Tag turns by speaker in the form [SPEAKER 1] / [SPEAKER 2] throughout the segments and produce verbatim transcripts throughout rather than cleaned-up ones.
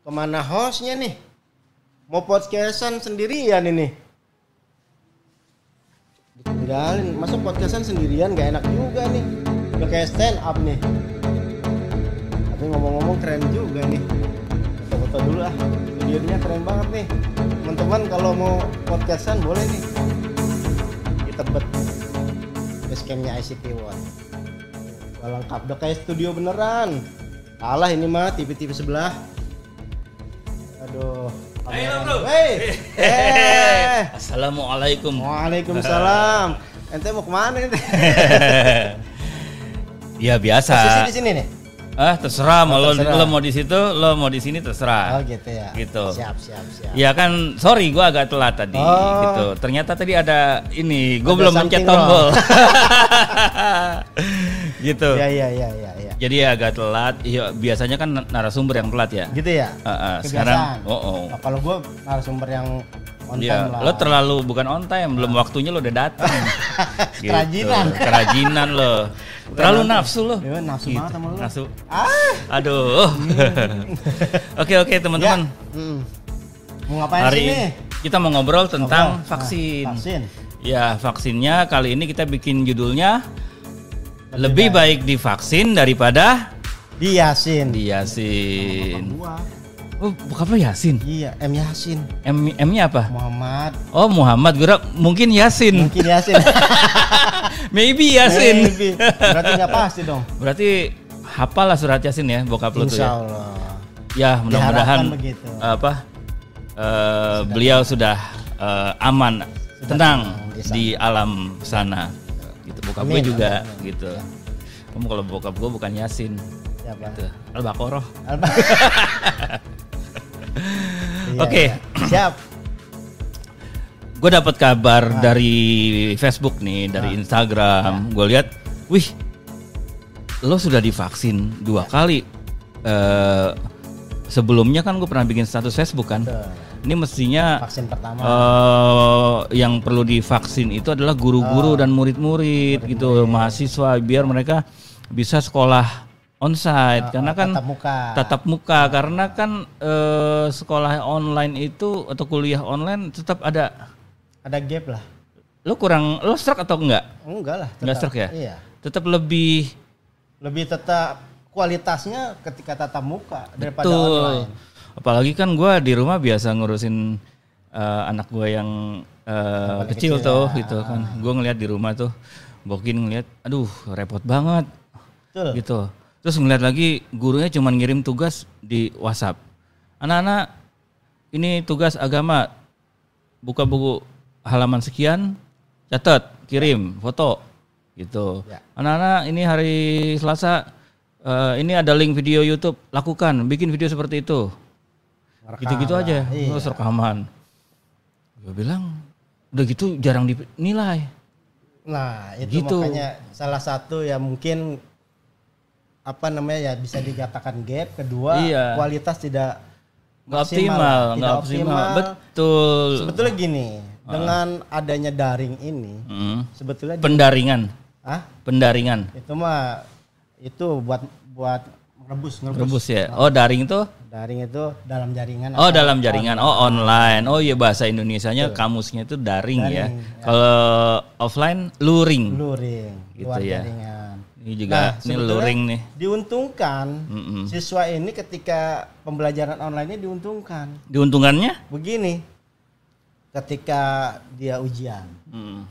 [SPEAKER 1] Kemana hostnya nih? Mau podcastan sendirian ini. Ditinggalin, masa podcastan sendirian gak enak juga nih. Udah kayak stand up nih. Tapi ngomong-ngomong keren juga nih. Foto-foto dulu ah. Videonya keren banget nih. Teman-teman kalau mau podcastan boleh nih. Di Tebet. Basecampnya I C T One. Udah lengkap, udah kayak studio beneran. Kalah ini mah T V-T V sebelah. Aduh.
[SPEAKER 2] Ayo bro.
[SPEAKER 1] Hey. Eh.
[SPEAKER 2] Assalamualaikum.
[SPEAKER 1] Waalaikumsalam. Ente mau kemana ente?
[SPEAKER 2] Ya biasa.
[SPEAKER 1] Posisi di sini nih.
[SPEAKER 2] Ah terserah, mau
[SPEAKER 1] Oh,
[SPEAKER 2] lo,
[SPEAKER 1] terserah.
[SPEAKER 2] lo mau di situ, lo mau di sini terserah.
[SPEAKER 1] Oh gitu ya.
[SPEAKER 2] Gitu.
[SPEAKER 1] Siap, siap, siap.
[SPEAKER 2] Ya kan, sorry gue agak telat tadi.
[SPEAKER 1] Oh.
[SPEAKER 2] Gitu. Ternyata tadi ada ini, gue
[SPEAKER 1] Ada
[SPEAKER 2] belum mencet
[SPEAKER 1] something
[SPEAKER 2] tombol. Gitu.
[SPEAKER 1] Iya, iya, iya, iya, iya.
[SPEAKER 2] Jadi ya agak telat. Iya, biasanya kan narasumber yang telat ya.
[SPEAKER 1] Gitu ya.
[SPEAKER 2] Uh, uh,
[SPEAKER 1] Kebiasaan.
[SPEAKER 2] sekarang, oh, oh.
[SPEAKER 1] Nah, kalau gue narasumber yang on
[SPEAKER 2] Iya,
[SPEAKER 1] time lah.
[SPEAKER 2] lo terlalu bukan on time, belum waktunya lo udah datang. Gitu.
[SPEAKER 1] Kerajinan.
[SPEAKER 2] Kerajinan lo. Terlalu nafsu lo.
[SPEAKER 1] Iya, nafsu banget sama lo.
[SPEAKER 2] Nafsu.
[SPEAKER 1] Ah.
[SPEAKER 2] Aduh. Oke oke teman-teman.
[SPEAKER 1] Ya. Hmm. Mau ngapain
[SPEAKER 2] Hari
[SPEAKER 1] sih nih?
[SPEAKER 2] kita mau ngobrol tentang
[SPEAKER 1] Ngobrol.
[SPEAKER 2] vaksin.
[SPEAKER 1] Nah, vaksin.
[SPEAKER 2] Ya vaksinnya kali ini kita bikin judulnya lebih, baik. divaksin daripada
[SPEAKER 1] Di Yasin.
[SPEAKER 2] diyasin.
[SPEAKER 1] Gua.
[SPEAKER 2] Oh bukan apa Yasin?
[SPEAKER 1] Iya, M Yasin.
[SPEAKER 2] M M-nya apa?
[SPEAKER 1] Muhammad.
[SPEAKER 2] Oh Muhammad, gue kira mungkin Yasin.
[SPEAKER 1] Mungkin Yasin.
[SPEAKER 2] Maybe Yasin.
[SPEAKER 1] Maybe. Berarti nggak pasti dong.
[SPEAKER 2] Berarti hafal lah surat Yasin ya bokap lu tuh
[SPEAKER 1] Insya
[SPEAKER 2] ya.
[SPEAKER 1] Allah.
[SPEAKER 2] Ya mudah-mudahan
[SPEAKER 1] Diharapkan begitu.
[SPEAKER 2] apa eh, beliau sudah eh, aman,
[SPEAKER 1] Sudah
[SPEAKER 2] tenang
[SPEAKER 1] tenang di sana.
[SPEAKER 2] di alam sana. Gitu bokap gue
[SPEAKER 1] Amin,
[SPEAKER 2] juga
[SPEAKER 1] amin, amin.
[SPEAKER 2] gitu. Kamu kalau bokap gue bukan Yasin.
[SPEAKER 1] Siapa?
[SPEAKER 2] Gitu. Al-Baqarah.
[SPEAKER 1] Alba. Iya,
[SPEAKER 2] Oke.
[SPEAKER 1] iya. Siap.
[SPEAKER 2] Gue dapat kabar
[SPEAKER 1] Ah.
[SPEAKER 2] dari Facebook nih, dari
[SPEAKER 1] Ah.
[SPEAKER 2] Instagram. Gue lihat, wih, lo sudah divaksin dua kali. Eh, sebelumnya kan gue pernah bikin status Facebook kan.
[SPEAKER 1] Betul.
[SPEAKER 2] Ini mestinya
[SPEAKER 1] Vaksin pertama.
[SPEAKER 2] eh yang perlu divaksin itu adalah guru-guru
[SPEAKER 1] Oh.
[SPEAKER 2] dan murid-murid gitu, mahasiswa biar mereka bisa sekolah onsite
[SPEAKER 1] Oh,
[SPEAKER 2] karena
[SPEAKER 1] oh,
[SPEAKER 2] kan
[SPEAKER 1] tatap muka.
[SPEAKER 2] tatap muka karena kan eh, sekolah online itu atau kuliah online tetap ada.
[SPEAKER 1] Ada gap lah.
[SPEAKER 2] Lo kurang lo struck atau enggak?
[SPEAKER 1] Enggak lah.
[SPEAKER 2] Enggak
[SPEAKER 1] tetap.
[SPEAKER 2] struck ya?
[SPEAKER 1] Iya.
[SPEAKER 2] Tetap lebih
[SPEAKER 1] Lebih tetap kualitasnya ketika tatap muka daripada
[SPEAKER 2] betul.
[SPEAKER 1] online.
[SPEAKER 2] Apalagi kan gue di rumah biasa ngurusin eh, anak gue yang eh,
[SPEAKER 1] Paling
[SPEAKER 2] kecil,
[SPEAKER 1] kecil
[SPEAKER 2] tuh
[SPEAKER 1] ya.
[SPEAKER 2] gitu kan. Gue ngeliat di rumah tuh, Bokin ngeliat, aduh repot banget
[SPEAKER 1] Betul.
[SPEAKER 2] gitu. Terus ngeliat lagi gurunya cuma ngirim tugas di WhatsApp. Anak-anak ini tugas agama, buka buku halaman sekian, catat, kirim foto gitu.
[SPEAKER 1] Ya.
[SPEAKER 2] Anak-anak ini hari Selasa eh, ini ada link video YouTube, lakukan, bikin video seperti itu.
[SPEAKER 1] Ngerekam
[SPEAKER 2] Gitu-gitu
[SPEAKER 1] lah.
[SPEAKER 2] aja,
[SPEAKER 1] Iya.
[SPEAKER 2] terus rekaman. Gue bilang, udah gitu jarang dinilai.
[SPEAKER 1] Nah, itu
[SPEAKER 2] Gitu.
[SPEAKER 1] makanya salah satu ya mungkin apa namanya ya bisa dikatakan gap. Kedua,
[SPEAKER 2] Iya.
[SPEAKER 1] kualitas tidak
[SPEAKER 2] Nggak
[SPEAKER 1] maksimal,
[SPEAKER 2] optimal,
[SPEAKER 1] tidak
[SPEAKER 2] nggak optimal. Betul.
[SPEAKER 1] Sebetulnya gini, dengan adanya daring ini,
[SPEAKER 2] Mm.
[SPEAKER 1] sebetulnya di-
[SPEAKER 2] Pendaringan,
[SPEAKER 1] ah,
[SPEAKER 2] pendaringan,
[SPEAKER 1] itu mah itu buat buat rebus
[SPEAKER 2] rebus ya. Oh daring tuh?
[SPEAKER 1] Daring itu dalam jaringan.
[SPEAKER 2] Oh
[SPEAKER 1] atau
[SPEAKER 2] dalam jaringan,
[SPEAKER 1] on-
[SPEAKER 2] oh online. Oh iya bahasa Indonesianya kamusnya itu daring, ya.
[SPEAKER 1] Daring, ya.
[SPEAKER 2] Kalau offline luring.
[SPEAKER 1] luring,
[SPEAKER 2] Gitu
[SPEAKER 1] luar
[SPEAKER 2] ya.
[SPEAKER 1] jaringan.
[SPEAKER 2] Ini juga
[SPEAKER 1] Nah,
[SPEAKER 2] ini
[SPEAKER 1] sebetulnya
[SPEAKER 2] luring nih.
[SPEAKER 1] Diuntungkan
[SPEAKER 2] Mm-mm.
[SPEAKER 1] siswa ini ketika pembelajaran online-nya diuntungkan.
[SPEAKER 2] Diuntungkannya?
[SPEAKER 1] Begini, ketika dia ujian
[SPEAKER 2] Mm.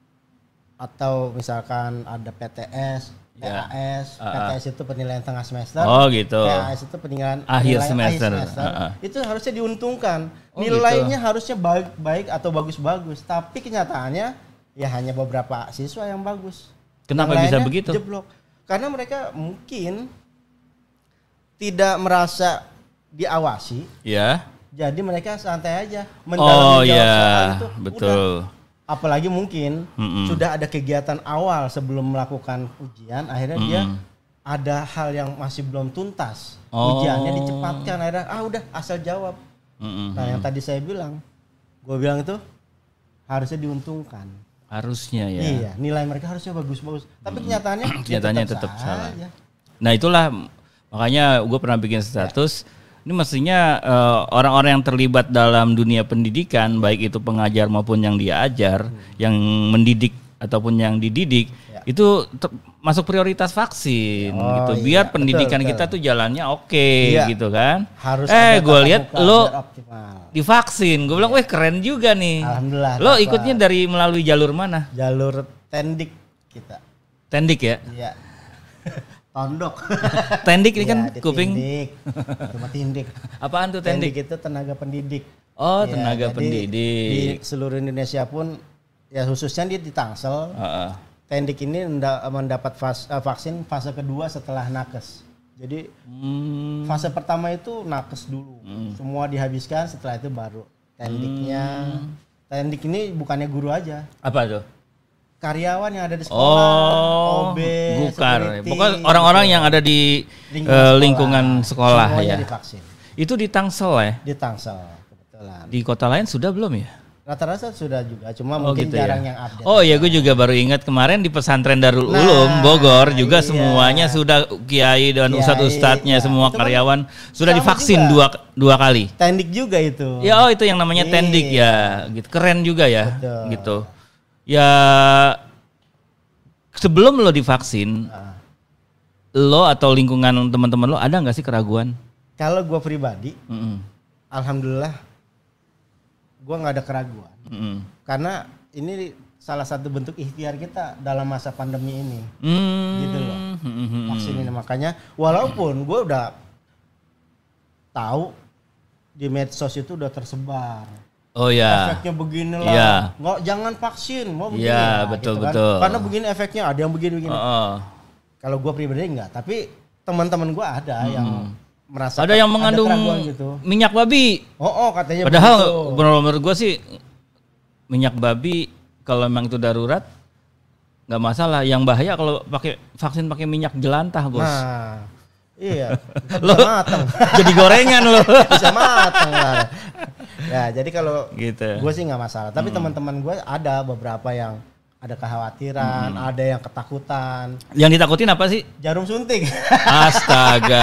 [SPEAKER 1] atau misalkan ada P T S, P
[SPEAKER 2] Ya.
[SPEAKER 1] A S,
[SPEAKER 2] Ah,
[SPEAKER 1] P T S itu penilaian tengah semester,
[SPEAKER 2] Oh gitu.
[SPEAKER 1] P A S itu penilaian
[SPEAKER 2] Akhir
[SPEAKER 1] penilaian
[SPEAKER 2] semester. Ah, ah.
[SPEAKER 1] itu harusnya diuntungkan.
[SPEAKER 2] Oh,
[SPEAKER 1] Nilainya harusnya baik baik atau bagus-bagus, tapi kenyataannya ya hanya beberapa siswa yang bagus.
[SPEAKER 2] Kenapa
[SPEAKER 1] Yang
[SPEAKER 2] bisa
[SPEAKER 1] lainnya
[SPEAKER 2] begitu?
[SPEAKER 1] Jeblok. Karena mereka mungkin tidak merasa diawasi,
[SPEAKER 2] Ya.
[SPEAKER 1] jadi mereka santai aja
[SPEAKER 2] Oh
[SPEAKER 1] jawab
[SPEAKER 2] ya,
[SPEAKER 1] soal itu.
[SPEAKER 2] betul.
[SPEAKER 1] Udah. Apalagi mungkin
[SPEAKER 2] Mm-mm.
[SPEAKER 1] sudah ada kegiatan awal sebelum melakukan ujian, akhirnya dia
[SPEAKER 2] Mm-mm.
[SPEAKER 1] ada hal yang masih belum tuntas.
[SPEAKER 2] Oh.
[SPEAKER 1] Ujiannya dicepatkan, akhirnya ah udah asal jawab.
[SPEAKER 2] Mm-mm.
[SPEAKER 1] Nah yang tadi saya bilang, gue bilang itu harusnya diuntungkan.
[SPEAKER 2] Harusnya ya.
[SPEAKER 1] Iya, nilai mereka harusnya bagus-bagus. Tapi kenyataannya, ya
[SPEAKER 2] Kenyataannya tetap salah.
[SPEAKER 1] saja.
[SPEAKER 2] Nah itulah makanya gue pernah bikin status Ini mestinya eh, orang-orang yang terlibat dalam dunia pendidikan, baik itu pengajar maupun yang diajar, hmm. yang mendidik ataupun yang dididik, ya. itu ter- masuk prioritas vaksin oh, gitu. Biar iya. pendidikan betul, kita betul. tuh jalannya oke okay, iya. gitu kan. Harus eh gue lihat lo divaksin, gue bilang, weh keren juga nih.
[SPEAKER 1] Alhamdulillah.
[SPEAKER 2] Lo dapat. Ikutnya dari melalui jalur mana?
[SPEAKER 1] Jalur tendik kita.
[SPEAKER 2] Tendik ya?
[SPEAKER 1] Iya. Tondok.
[SPEAKER 2] Tendik ini ya, kan kuping.
[SPEAKER 1] Tindik. Cuma tindik.
[SPEAKER 2] Apaan tuh tendik?
[SPEAKER 1] Tendik itu tenaga pendidik.
[SPEAKER 2] Oh, ya, tenaga
[SPEAKER 1] jadi
[SPEAKER 2] pendidik.
[SPEAKER 1] Di seluruh Indonesia pun ya khususnya dia di Tangsel. Uh-uh. Tendik ini mendapat fase, vaksin fase kedua setelah nakes. Jadi hmm. fase pertama itu nakes dulu. Hmm. Semua dihabiskan, setelah itu baru tendiknya. Hmm. Tendik ini bukannya guru aja.
[SPEAKER 2] Apa tuh?
[SPEAKER 1] Karyawan yang ada di sekolah,
[SPEAKER 2] oh,
[SPEAKER 1] O B,
[SPEAKER 2] bukan. Pokoknya orang-orang gitu. Yang ada di lingkungan, uh, sekolah, lingkungan sekolah ya.
[SPEAKER 1] Divaksin.
[SPEAKER 2] Itu di Tangsel ya?
[SPEAKER 1] Di Tangsel, kebetulan.
[SPEAKER 2] Di kota lain sudah belum ya?
[SPEAKER 1] Rata-rata sudah juga, cuma
[SPEAKER 2] oh,
[SPEAKER 1] mungkin
[SPEAKER 2] gitu
[SPEAKER 1] jarang
[SPEAKER 2] ya?
[SPEAKER 1] yang update.
[SPEAKER 2] Oh iya, gue juga baru ingat kemarin di pesantren Darul nah, Ulum Bogor juga iya. semuanya sudah kiai dan kiai, ustadz-ustadznya iya. semua itu karyawan kan sudah divaksin dua dua kali.
[SPEAKER 1] Tendik juga itu.
[SPEAKER 2] Ya oh itu yang namanya iya. tendik ya, gitu keren juga ya, betul. Gitu. Ya sebelum lo divaksin, nah. lo atau lingkungan teman-teman lo ada nggak sih keraguan?
[SPEAKER 1] Kalau gue pribadi,
[SPEAKER 2] mm-hmm.
[SPEAKER 1] alhamdulillah, gue nggak ada keraguan. Mm-hmm. Karena ini salah satu bentuk ikhtiar kita dalam masa pandemi ini, mm-hmm. gitu loh. Mm-hmm. Vaksin ini makanya, walaupun gue udah tahu di medsos itu udah tersebar.
[SPEAKER 2] Oh ya.
[SPEAKER 1] Efeknya beginilah.
[SPEAKER 2] Ya.
[SPEAKER 1] Nggak jangan vaksin, mau begini.
[SPEAKER 2] Ya,
[SPEAKER 1] nah,
[SPEAKER 2] betul
[SPEAKER 1] gitu kan.
[SPEAKER 2] betul.
[SPEAKER 1] Karena begini efeknya, ada yang begini-begini.
[SPEAKER 2] Oh.
[SPEAKER 1] Kalau gue pribadi enggak, tapi teman-teman gue ada hmm. yang merasa
[SPEAKER 2] ada yang mengandung
[SPEAKER 1] ada gitu.
[SPEAKER 2] Minyak babi.
[SPEAKER 1] Oh, oh katanya
[SPEAKER 2] padahal menurut gue sih minyak babi kalau memang itu darurat nggak masalah. Yang bahaya kalau pakai vaksin pakai minyak jelantah, Bos.
[SPEAKER 1] Nah. Iya,
[SPEAKER 2] lo matang. Jadi gorengan lo.
[SPEAKER 1] Bisa matang lah. Ya, jadi kalau
[SPEAKER 2] gitu.
[SPEAKER 1] Gue sih nggak masalah. Tapi hmm. teman-teman gue ada beberapa yang ada kekhawatiran, hmm. ada yang ketakutan.
[SPEAKER 2] Yang ditakutin apa sih?
[SPEAKER 1] Jarum suntik.
[SPEAKER 2] Astaga.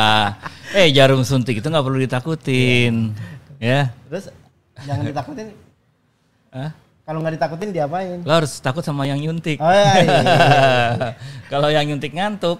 [SPEAKER 2] Eh jarum suntik itu nggak perlu ditakutin, ya. ya.
[SPEAKER 1] Terus jangan ditakutin.
[SPEAKER 2] Hah?
[SPEAKER 1] Kalau nggak ditakutin diapain?
[SPEAKER 2] Lo harus takut sama yang nyuntik.
[SPEAKER 1] Oh iya. iya, iya.
[SPEAKER 2] Kalau yang nyuntik ngantuk.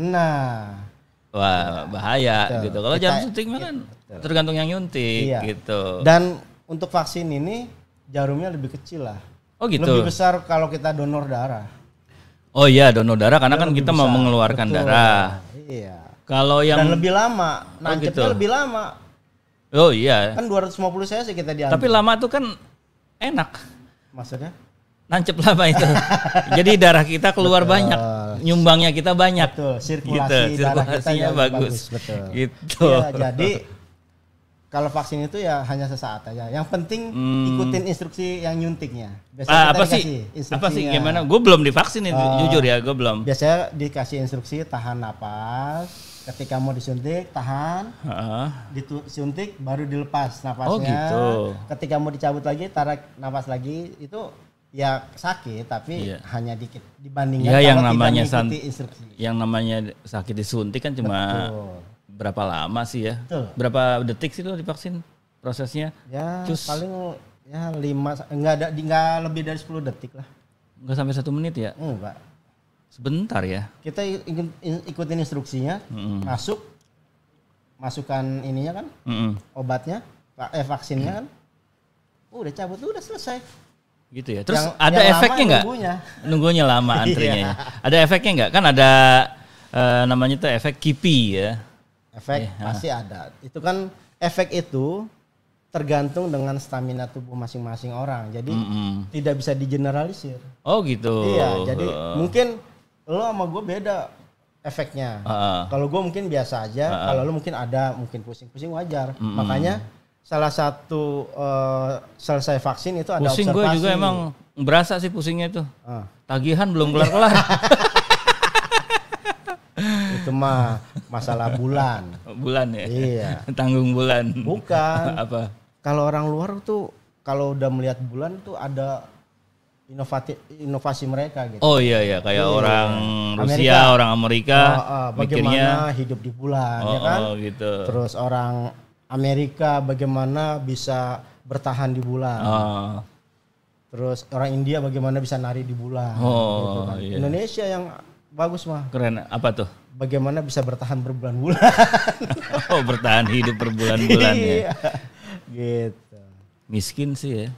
[SPEAKER 1] Nah.
[SPEAKER 2] Wah bahaya betul. Gitu. Kalau jarum suntik mah kan betul. Tergantung yang nyuntik iya. gitu.
[SPEAKER 1] Dan untuk vaksin ini jarumnya lebih kecil lah.
[SPEAKER 2] Oh gitu.
[SPEAKER 1] Lebih besar kalau kita donor darah.
[SPEAKER 2] Oh iya donor darah karena kan kita
[SPEAKER 1] besar.
[SPEAKER 2] Mau mengeluarkan betul. Darah.
[SPEAKER 1] Iya.
[SPEAKER 2] Kalau yang
[SPEAKER 1] dan lebih lama, nancepnya oh gitu. Lebih lama.
[SPEAKER 2] Oh iya.
[SPEAKER 1] Kan dua ratus lima puluh cc kita diambil.
[SPEAKER 2] Tapi lama tuh kan enak.
[SPEAKER 1] Maksudnya? Nancep
[SPEAKER 2] lama itu. Jadi darah kita keluar betul. Banyak. Nyumbangnya kita banyak.
[SPEAKER 1] Betul, sirkulasi
[SPEAKER 2] gitu.
[SPEAKER 1] darah kita
[SPEAKER 2] bagus.
[SPEAKER 1] bagus. Betul.
[SPEAKER 2] Gitu.
[SPEAKER 1] Ya, jadi kalau vaksin itu ya hanya sesaat aja. Yang penting hmm. ikutin instruksi yang nyuntiknya.
[SPEAKER 2] Biasanya ah, apa sih? Apa sih gimana? Gue belum divaksin itu, uh, jujur ya, gue belum.
[SPEAKER 1] Biasanya dikasih instruksi tahan napas. Ketika mau disuntik, tahan. Uh. Disuntik baru dilepas napasnya.
[SPEAKER 2] Oh gitu.
[SPEAKER 1] Ketika mau dicabut lagi, tarik napas lagi. Itu ya sakit tapi iya. Hanya dikit dibandingkan
[SPEAKER 2] ya, yang
[SPEAKER 1] kalau
[SPEAKER 2] namanya
[SPEAKER 1] tidak mengikuti instruksi.
[SPEAKER 2] Yang namanya sakit disuntik kan cuma betul. Berapa lama sih ya? Betul. Berapa detik sih lo divaksin prosesnya?
[SPEAKER 1] Ya
[SPEAKER 2] Cus.
[SPEAKER 1] paling ya lima enggak ada enggak lebih dari sepuluh detik lah.
[SPEAKER 2] Enggak sampai satu menit ya?
[SPEAKER 1] Enggak.
[SPEAKER 2] Sebentar ya.
[SPEAKER 1] Kita ikutin instruksinya, mm-hmm. masuk masukkan ininya kan? Mm-hmm. Obatnya, eh vaksinnya mm-hmm. kan. Udah cabut udah selesai. Gitu ya. Terus yang, ada yang efeknya nggak? Nunggunya. nunggunya lama antrinya. Ada efeknya nggak? Kan ada uh, namanya tuh efek kipi ya. Efek yeah. Pasti ada. Itu kan efek itu tergantung dengan stamina tubuh masing-masing orang. Jadi mm-hmm. tidak bisa digeneralisir.
[SPEAKER 2] Oh gitu.
[SPEAKER 1] Iya. Jadi uh. mungkin lo sama gue beda efeknya. Uh. Kalau gue mungkin biasa aja. Uh. Kalau lo mungkin ada, mungkin pusing-pusing wajar. Mm-hmm. Makanya salah satu uh, selesai vaksin itu ada
[SPEAKER 2] pusing
[SPEAKER 1] observasi.
[SPEAKER 2] Pusing gue juga emang berasa sih pusingnya itu. Uh. Tagihan belum kelar-kelar.
[SPEAKER 1] Itu mah masalah bulan.
[SPEAKER 2] Bulan ya?
[SPEAKER 1] Iya.
[SPEAKER 2] Tanggung bulan.
[SPEAKER 1] Bukan.
[SPEAKER 2] Apa?
[SPEAKER 1] Kalau orang luar tuh kalau udah melihat bulan tuh ada inovasi inovasi mereka gitu.
[SPEAKER 2] Oh iya iya kayak
[SPEAKER 1] Iya.
[SPEAKER 2] orang Rusia,
[SPEAKER 1] Amerika.
[SPEAKER 2] orang Amerika
[SPEAKER 1] Oh, oh, bagaimana
[SPEAKER 2] mikirnya
[SPEAKER 1] hidup di bulan,
[SPEAKER 2] oh,
[SPEAKER 1] ya kan?
[SPEAKER 2] oh gitu.
[SPEAKER 1] Terus orang Amerika bagaimana bisa bertahan di bulan.
[SPEAKER 2] Oh,
[SPEAKER 1] Terus orang India bagaimana bisa nari di bulan.
[SPEAKER 2] Oh,
[SPEAKER 1] gitu kan.
[SPEAKER 2] iya.
[SPEAKER 1] Indonesia yang bagus mah,
[SPEAKER 2] keren. Apa tuh?
[SPEAKER 1] bagaimana bisa bertahan berbulan-bulan.
[SPEAKER 2] Oh bertahan hidup berbulan-bulan ya.
[SPEAKER 1] Iya. Gitu.
[SPEAKER 2] Miskin sih ya.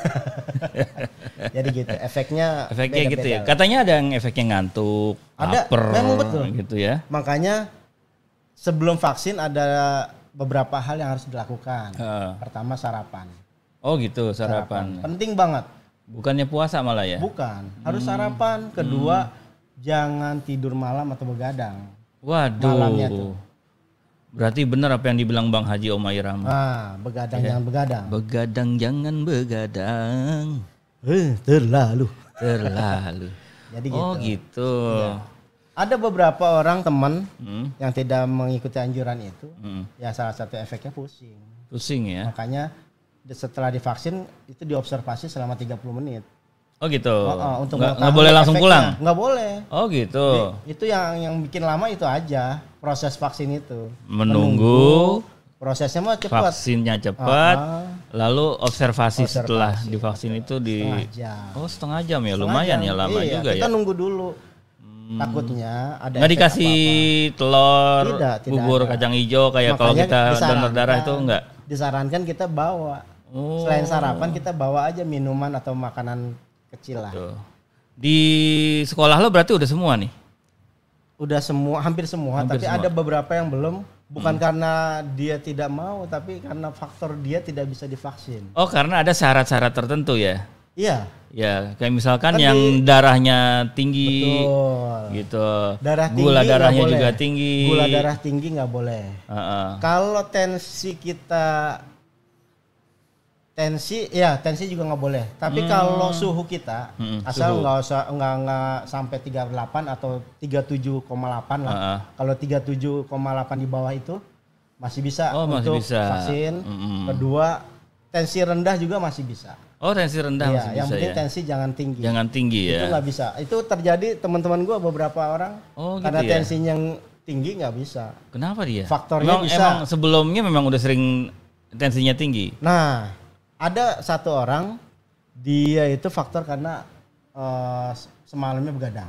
[SPEAKER 1] Jadi gitu, efeknya
[SPEAKER 2] Efeknya
[SPEAKER 1] beda-beda
[SPEAKER 2] gitu ya.
[SPEAKER 1] lah.
[SPEAKER 2] Katanya ada yang efeknya ngantuk,
[SPEAKER 1] Ada,
[SPEAKER 2] lapar,
[SPEAKER 1] memang betul.
[SPEAKER 2] gitu ya.
[SPEAKER 1] Makanya sebelum vaksin ada beberapa hal yang harus dilakukan.
[SPEAKER 2] Heeh.
[SPEAKER 1] Pertama sarapan.
[SPEAKER 2] Oh gitu sarapan.
[SPEAKER 1] Penting banget.
[SPEAKER 2] Bukannya puasa malah ya?
[SPEAKER 1] Bukan, harus sarapan. Kedua, jangan tidur malam atau begadang.
[SPEAKER 2] Waduh.
[SPEAKER 1] Malamnya tuh.
[SPEAKER 2] Berarti benar apa yang dibilang Bang Haji Omah Irama.
[SPEAKER 1] Ah, begadang jangan begadang.
[SPEAKER 2] Begadang jangan begadang.
[SPEAKER 1] Eh, terlalu.
[SPEAKER 2] Terlalu.
[SPEAKER 1] Jadi
[SPEAKER 2] Oh
[SPEAKER 1] gitu.
[SPEAKER 2] gitu.
[SPEAKER 1] Ada beberapa orang teman
[SPEAKER 2] Hmm,
[SPEAKER 1] yang tidak mengikuti anjuran itu.
[SPEAKER 2] hmm.
[SPEAKER 1] Ya salah satu efeknya pusing.
[SPEAKER 2] Pusing ya.
[SPEAKER 1] Makanya di- setelah divaksin itu diobservasi selama tiga puluh menit.
[SPEAKER 2] Oh gitu.
[SPEAKER 1] Oh, oh, untuk
[SPEAKER 2] nggak, nggak
[SPEAKER 1] mengetahui
[SPEAKER 2] boleh langsung
[SPEAKER 1] efeknya.
[SPEAKER 2] pulang.
[SPEAKER 1] Nggak boleh.
[SPEAKER 2] Oh gitu.
[SPEAKER 1] Itu yang yang bikin lama itu aja proses vaksin itu.
[SPEAKER 2] Menunggu
[SPEAKER 1] Prosesnya mah cepat.
[SPEAKER 2] vaksinnya cepat,
[SPEAKER 1] Ah,
[SPEAKER 2] lalu observasi,
[SPEAKER 1] Observasi,
[SPEAKER 2] setelah divaksin itu di
[SPEAKER 1] setengah jam.
[SPEAKER 2] oh setengah jam ya,
[SPEAKER 1] Setengah
[SPEAKER 2] lumayan
[SPEAKER 1] jam.
[SPEAKER 2] ya lama
[SPEAKER 1] Iya,
[SPEAKER 2] juga
[SPEAKER 1] kita
[SPEAKER 2] ya.
[SPEAKER 1] nunggu dulu. Takutnya ada
[SPEAKER 2] Nggak
[SPEAKER 1] efek
[SPEAKER 2] dikasih
[SPEAKER 1] apa-apa.
[SPEAKER 2] telur,
[SPEAKER 1] Tidak, tidak
[SPEAKER 2] bubur
[SPEAKER 1] ada.
[SPEAKER 2] kacang hijau kayak kalau
[SPEAKER 1] Makanya
[SPEAKER 2] kita donor
[SPEAKER 1] disarankan-
[SPEAKER 2] darah itu enggak.
[SPEAKER 1] Disarankan kita bawa.
[SPEAKER 2] Oh.
[SPEAKER 1] Selain sarapan kita bawa aja minuman atau makanan kecil lah.
[SPEAKER 2] Tuh. Di sekolah lo berarti udah semua nih.
[SPEAKER 1] Udah semua, hampir semua,
[SPEAKER 2] Hampir
[SPEAKER 1] tapi
[SPEAKER 2] semua.
[SPEAKER 1] ada beberapa yang belum. Bukan karena dia tidak mau, tapi karena faktor dia tidak bisa divaksin.
[SPEAKER 2] Oh karena ada syarat-syarat tertentu ya.
[SPEAKER 1] Iya,
[SPEAKER 2] Ya kayak misalkan
[SPEAKER 1] Kan
[SPEAKER 2] yang
[SPEAKER 1] di-
[SPEAKER 2] darahnya tinggi
[SPEAKER 1] betul.
[SPEAKER 2] gitu.
[SPEAKER 1] Darah tinggi
[SPEAKER 2] Gula
[SPEAKER 1] nggak
[SPEAKER 2] darahnya
[SPEAKER 1] boleh.
[SPEAKER 2] juga tinggi.
[SPEAKER 1] Gula darah tinggi nggak boleh.
[SPEAKER 2] Heeh.
[SPEAKER 1] Kalau tensi kita, tensi, ya tensi juga nggak boleh. Tapi kalau suhu kita,
[SPEAKER 2] Hmm,
[SPEAKER 1] asal
[SPEAKER 2] suhu.
[SPEAKER 1] nggak usah nggak nggak sampai tiga puluh delapan atau tiga puluh tujuh koma delapan lah.
[SPEAKER 2] Heeh.
[SPEAKER 1] Kalau tiga puluh tujuh koma delapan di bawah itu masih bisa
[SPEAKER 2] Oh, masih
[SPEAKER 1] untuk
[SPEAKER 2] bisa.
[SPEAKER 1] vaksin.
[SPEAKER 2] Mm-mm.
[SPEAKER 1] Kedua, tensi rendah juga masih bisa.
[SPEAKER 2] Oh tensi rendah
[SPEAKER 1] Iya,
[SPEAKER 2] masih
[SPEAKER 1] yang
[SPEAKER 2] bisa
[SPEAKER 1] penting
[SPEAKER 2] ya.
[SPEAKER 1] tensi jangan tinggi.
[SPEAKER 2] Jangan tinggi
[SPEAKER 1] Itu
[SPEAKER 2] ya.
[SPEAKER 1] nggak bisa. Itu terjadi teman-teman gua beberapa orang
[SPEAKER 2] Oh, gitu
[SPEAKER 1] karena
[SPEAKER 2] ya?
[SPEAKER 1] tensinya yang tinggi nggak bisa.
[SPEAKER 2] Kenapa dia?
[SPEAKER 1] Faktornya
[SPEAKER 2] emang,
[SPEAKER 1] bisa.
[SPEAKER 2] emang sebelumnya memang udah sering tensinya tinggi.
[SPEAKER 1] Nah, ada satu orang dia itu faktor karena eh, semalamnya begadang.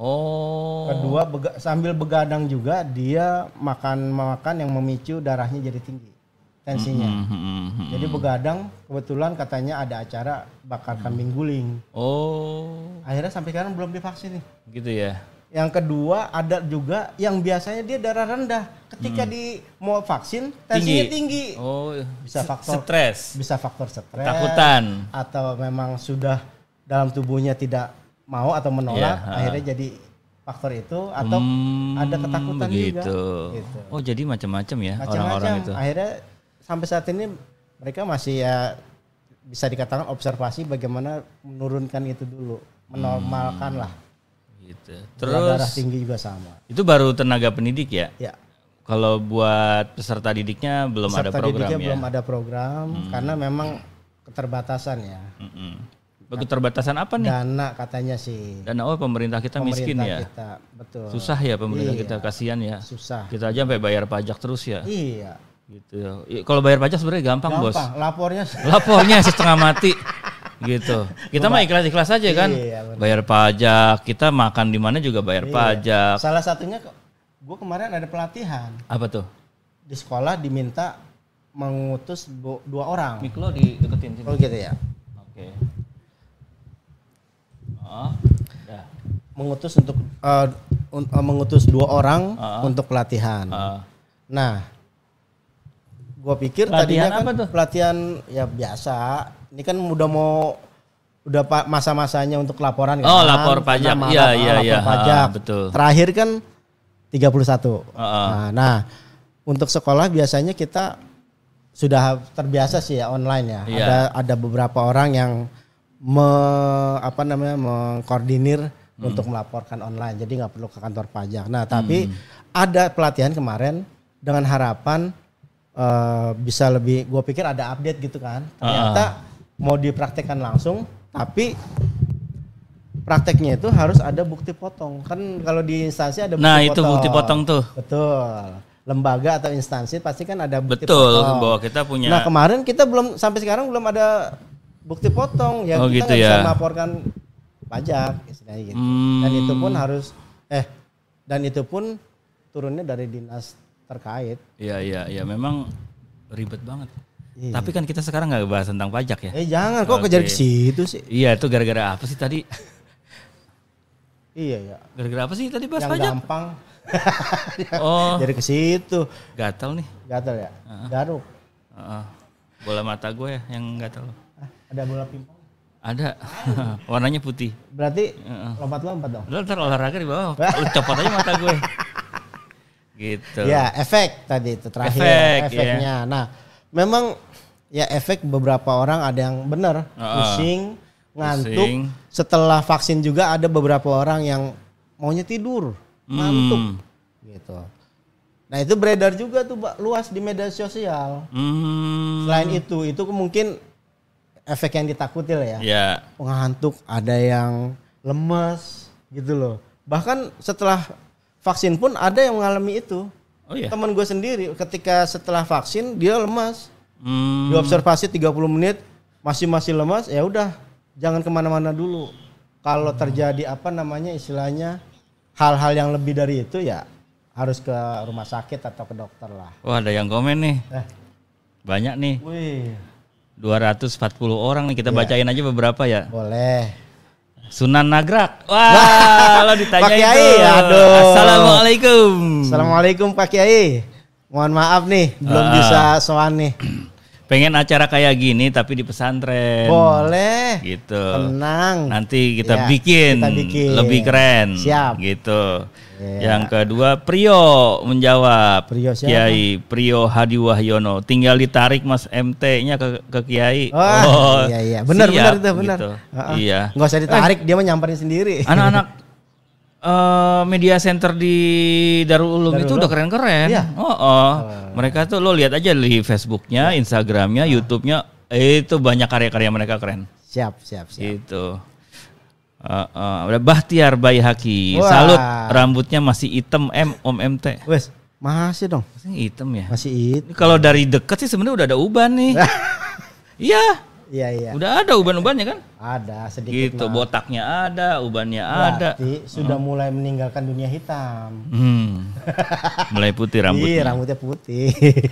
[SPEAKER 2] Oh.
[SPEAKER 1] Kedua bega- sambil begadang juga dia makan makan yang memicu darahnya jadi tinggi tensinya.
[SPEAKER 2] Hmm, hmm, hmm.
[SPEAKER 1] Jadi begadang kebetulan katanya ada acara bakar kambing guling.
[SPEAKER 2] Oh,
[SPEAKER 1] Akhirnya sampai sekarang belum divaksin nih.
[SPEAKER 2] gitu ya.
[SPEAKER 1] Yang kedua ada juga yang biasanya dia darah rendah. Ketika di mau vaksin tensinya tinggi.
[SPEAKER 2] Oh,
[SPEAKER 1] Bisa faktor
[SPEAKER 2] stres,
[SPEAKER 1] bisa faktor stres,
[SPEAKER 2] ketakutan.
[SPEAKER 1] atau memang sudah dalam tubuhnya tidak mau atau menolak,
[SPEAKER 2] Iya, ha.
[SPEAKER 1] akhirnya jadi faktor itu atau
[SPEAKER 2] Hmm,
[SPEAKER 1] ada ketakutan
[SPEAKER 2] begitu.
[SPEAKER 1] juga. Gitu.
[SPEAKER 2] Oh, jadi macam-macam ya
[SPEAKER 1] Macam-macam.
[SPEAKER 2] orang-orang itu.
[SPEAKER 1] Akhirnya sampai saat ini mereka masih ya bisa dikatakan observasi bagaimana menurunkan itu dulu, menormalkan lah.
[SPEAKER 2] Gitu.
[SPEAKER 1] Gula darah
[SPEAKER 2] Terus
[SPEAKER 1] tinggi juga sama.
[SPEAKER 2] itu baru tenaga pendidik ya.
[SPEAKER 1] Ya.
[SPEAKER 2] Kalau buat peserta didiknya belum ada
[SPEAKER 1] Peserta
[SPEAKER 2] program
[SPEAKER 1] didiknya
[SPEAKER 2] ya.
[SPEAKER 1] belum ada program karena memang keterbatasan ya.
[SPEAKER 2] Mm-mm. Keterbatasan apa nih?
[SPEAKER 1] Dana katanya sih.
[SPEAKER 2] Dana oh pemerintah kita miskin
[SPEAKER 1] Pemerintah
[SPEAKER 2] ya.
[SPEAKER 1] kita, betul.
[SPEAKER 2] Susah ya pemerintah
[SPEAKER 1] Iya.
[SPEAKER 2] kita, kasihan ya.
[SPEAKER 1] Susah.
[SPEAKER 2] Kita aja sampai bayar pajak terus ya.
[SPEAKER 1] Iya.
[SPEAKER 2] Gitu. I- Kalau bayar pajak sebenarnya gampang, Bos.
[SPEAKER 1] Gampang, lapornya
[SPEAKER 2] Lapornya setengah mati. Gitu. Kita mah ikhlas-ikhlas aja kan.
[SPEAKER 1] Iya, benar.
[SPEAKER 2] Bayar pajak, kita makan di mana juga bayar
[SPEAKER 1] Iya.
[SPEAKER 2] pajak.
[SPEAKER 1] Salah satunya gue kemarin ada pelatihan
[SPEAKER 2] Apa tuh?
[SPEAKER 1] di sekolah diminta mengutus du- dua orang.
[SPEAKER 2] Mik lo dideketin sini.
[SPEAKER 1] Oh gitu ya.
[SPEAKER 2] Oke. Oh, dah.
[SPEAKER 1] Mengutus untuk eh, un- eh, mengutus dua orang
[SPEAKER 2] Ah.
[SPEAKER 1] untuk pelatihan.
[SPEAKER 2] Ah.
[SPEAKER 1] Nah, gue pikir
[SPEAKER 2] Pelatihan
[SPEAKER 1] tadinya kan
[SPEAKER 2] apa tuh?
[SPEAKER 1] pelatihan ya biasa. Ini kan udah mau udah pa- masa-masanya untuk laporan kan.
[SPEAKER 2] Oh, lapor pajak.
[SPEAKER 1] Kena
[SPEAKER 2] Iya,
[SPEAKER 1] marah,
[SPEAKER 2] iya,
[SPEAKER 1] lapor
[SPEAKER 2] iya.
[SPEAKER 1] pajak.
[SPEAKER 2] Ah, betul.
[SPEAKER 1] Terakhir kan tiga puluh satu.
[SPEAKER 2] Ah, ah.
[SPEAKER 1] Nah, nah, untuk sekolah biasanya kita sudah terbiasa sih ya online ya.
[SPEAKER 2] Iya.
[SPEAKER 1] Ada ada beberapa orang yang me, apa namanya mengkoordinir
[SPEAKER 2] Hmm.
[SPEAKER 1] untuk melaporkan online. Jadi nggak perlu ke kantor pajak. Nah, tapi ada pelatihan kemarin dengan harapan eh, bisa lebih. Gue pikir ada update gitu kan. Ternyata mau dipraktekkan langsung, tapi prakteknya itu harus ada bukti potong. Kan kalau di instansi ada bukti
[SPEAKER 2] nah,
[SPEAKER 1] potong.
[SPEAKER 2] Nah itu bukti potong tuh.
[SPEAKER 1] Betul. Lembaga atau instansi pasti kan ada bukti
[SPEAKER 2] Betul,
[SPEAKER 1] potong.
[SPEAKER 2] bahwa kita punya.
[SPEAKER 1] Nah kemarin kita belum, sampai sekarang belum ada bukti potong. Ya
[SPEAKER 2] oh,
[SPEAKER 1] kita
[SPEAKER 2] gitu
[SPEAKER 1] nggak
[SPEAKER 2] ya.
[SPEAKER 1] bisa melaporkan pajak istilahnya gitu.
[SPEAKER 2] Hmm.
[SPEAKER 1] Dan itu pun harus, eh dan itu pun turunnya dari dinas terkait.
[SPEAKER 2] Iya, iya, iya. Memang ribet banget.
[SPEAKER 1] Iya.
[SPEAKER 2] Tapi kan kita sekarang nggak bahas tentang pajak ya.
[SPEAKER 1] Eh jangan, kok
[SPEAKER 2] Oke.
[SPEAKER 1] kejar ke situ sih.
[SPEAKER 2] Iya, itu gara-gara apa sih tadi?
[SPEAKER 1] Iya ya.
[SPEAKER 2] Gara-gara apa sih tadi bahas
[SPEAKER 1] Yang
[SPEAKER 2] pajak?
[SPEAKER 1] gampang.
[SPEAKER 2] Oh,
[SPEAKER 1] Jadi ke situ.
[SPEAKER 2] gatal nih.
[SPEAKER 1] Gatal ya?
[SPEAKER 2] Uh-huh.
[SPEAKER 1] Garuk.
[SPEAKER 2] Uh, bola mata gue ya yang gatal.
[SPEAKER 1] Ah, ada bola pingpong.
[SPEAKER 2] Ada. Warnanya putih.
[SPEAKER 1] Berarti
[SPEAKER 2] Uh-uh.
[SPEAKER 1] lompat-lompat dong.
[SPEAKER 2] Lu ntar olahraga di bawah. Lu copot aja mata gue. Gitu.
[SPEAKER 1] Ya, efek tadi itu terakhir.
[SPEAKER 2] Efek,
[SPEAKER 1] efeknya. Nah, memang ya efek beberapa orang ada yang benar,
[SPEAKER 2] Uh-uh.
[SPEAKER 1] pusing, ngantuk.
[SPEAKER 2] Pusing.
[SPEAKER 1] Setelah vaksin juga ada beberapa orang yang maunya tidur, ngantuk.
[SPEAKER 2] Hmm.
[SPEAKER 1] Gitu. Nah, itu beredar juga tuh Pak, luas di media sosial.
[SPEAKER 2] Hmm.
[SPEAKER 1] Selain itu, itu mungkin efek yang ditakuti lah ya.
[SPEAKER 2] Ya.
[SPEAKER 1] Ngantuk, ada yang lemes gitu loh. Bahkan setelah vaksin pun ada yang mengalami itu.
[SPEAKER 2] Oh iya.
[SPEAKER 1] Temen gue sendiri ketika setelah vaksin dia lemas.
[SPEAKER 2] Hmm.
[SPEAKER 1] Diobservasi tiga puluh menit masih masih lemas, ya udah jangan kemana-mana dulu. Kalau terjadi apa namanya istilahnya hal-hal yang lebih dari itu ya harus ke rumah sakit atau ke dokter lah.
[SPEAKER 2] Wah, ada yang komen nih.
[SPEAKER 1] Eh.
[SPEAKER 2] Banyak nih.
[SPEAKER 1] Wih,
[SPEAKER 2] dua ratus empat puluh orang nih, kita
[SPEAKER 1] Iya.
[SPEAKER 2] bacain aja beberapa ya.
[SPEAKER 1] boleh.
[SPEAKER 2] Sunan Nagrak. Wah, lo ditanya
[SPEAKER 1] Pak Kiai,
[SPEAKER 2] itu.
[SPEAKER 1] aduh.
[SPEAKER 2] Assalamualaikum.
[SPEAKER 1] Assalamualaikum Pak Kiai. Mohon maaf nih belum
[SPEAKER 2] Ah.
[SPEAKER 1] bisa soan nih.
[SPEAKER 2] Pengen acara kayak gini tapi di pesantren.
[SPEAKER 1] Boleh.
[SPEAKER 2] Gitu.
[SPEAKER 1] Tenang.
[SPEAKER 2] Nanti kita
[SPEAKER 1] Ya,
[SPEAKER 2] bikin,
[SPEAKER 1] kita bikin.
[SPEAKER 2] lebih keren.
[SPEAKER 1] Siap.
[SPEAKER 2] Gitu.
[SPEAKER 1] Ya.
[SPEAKER 2] Yang kedua Prio menjawab.
[SPEAKER 1] Prio siapa?
[SPEAKER 2] Kiai Prio Hadi Wahyono. Tinggal ditarik Mas M T-nya ke, ke Kiai.
[SPEAKER 1] Oh, iya iya, benar
[SPEAKER 2] siap,
[SPEAKER 1] benar itu benar.
[SPEAKER 2] gitu.
[SPEAKER 1] Uh-uh.
[SPEAKER 2] Iya.
[SPEAKER 1] Nggak usah ditarik, dia mah nyamperin sendiri.
[SPEAKER 2] Anak-anak eh, media center di Darul Ulum
[SPEAKER 1] Darul
[SPEAKER 2] itu
[SPEAKER 1] Ulum.
[SPEAKER 2] udah keren-keren.
[SPEAKER 1] Iya.
[SPEAKER 2] Oh, oh. Mereka tuh lo lihat aja di Facebooknya, Instagramnya, YouTube-nya, itu banyak karya-karya mereka keren.
[SPEAKER 1] Siap siap siap.
[SPEAKER 2] Gitu. Uh, uh, udah Bahtiar Bayi Haki.
[SPEAKER 1] Wah.
[SPEAKER 2] Salut, rambutnya masih hitam M Om M T.
[SPEAKER 1] Wes, masih dong.
[SPEAKER 2] Masih hitam ya.
[SPEAKER 1] Masih it.
[SPEAKER 2] Ini kalau dari deket sih sebenarnya udah ada uban nih. Iya,
[SPEAKER 1] Iya iya.
[SPEAKER 2] udah ada uban-ubannya kan?
[SPEAKER 1] Ada sedikit.
[SPEAKER 2] Gitu,
[SPEAKER 1] mah.
[SPEAKER 2] botaknya ada, ubannya ada.
[SPEAKER 1] Berarti sudah mulai meninggalkan dunia hitam.
[SPEAKER 2] Hmm. Mulai putih rambutnya.
[SPEAKER 1] Iya, rambutnya putih.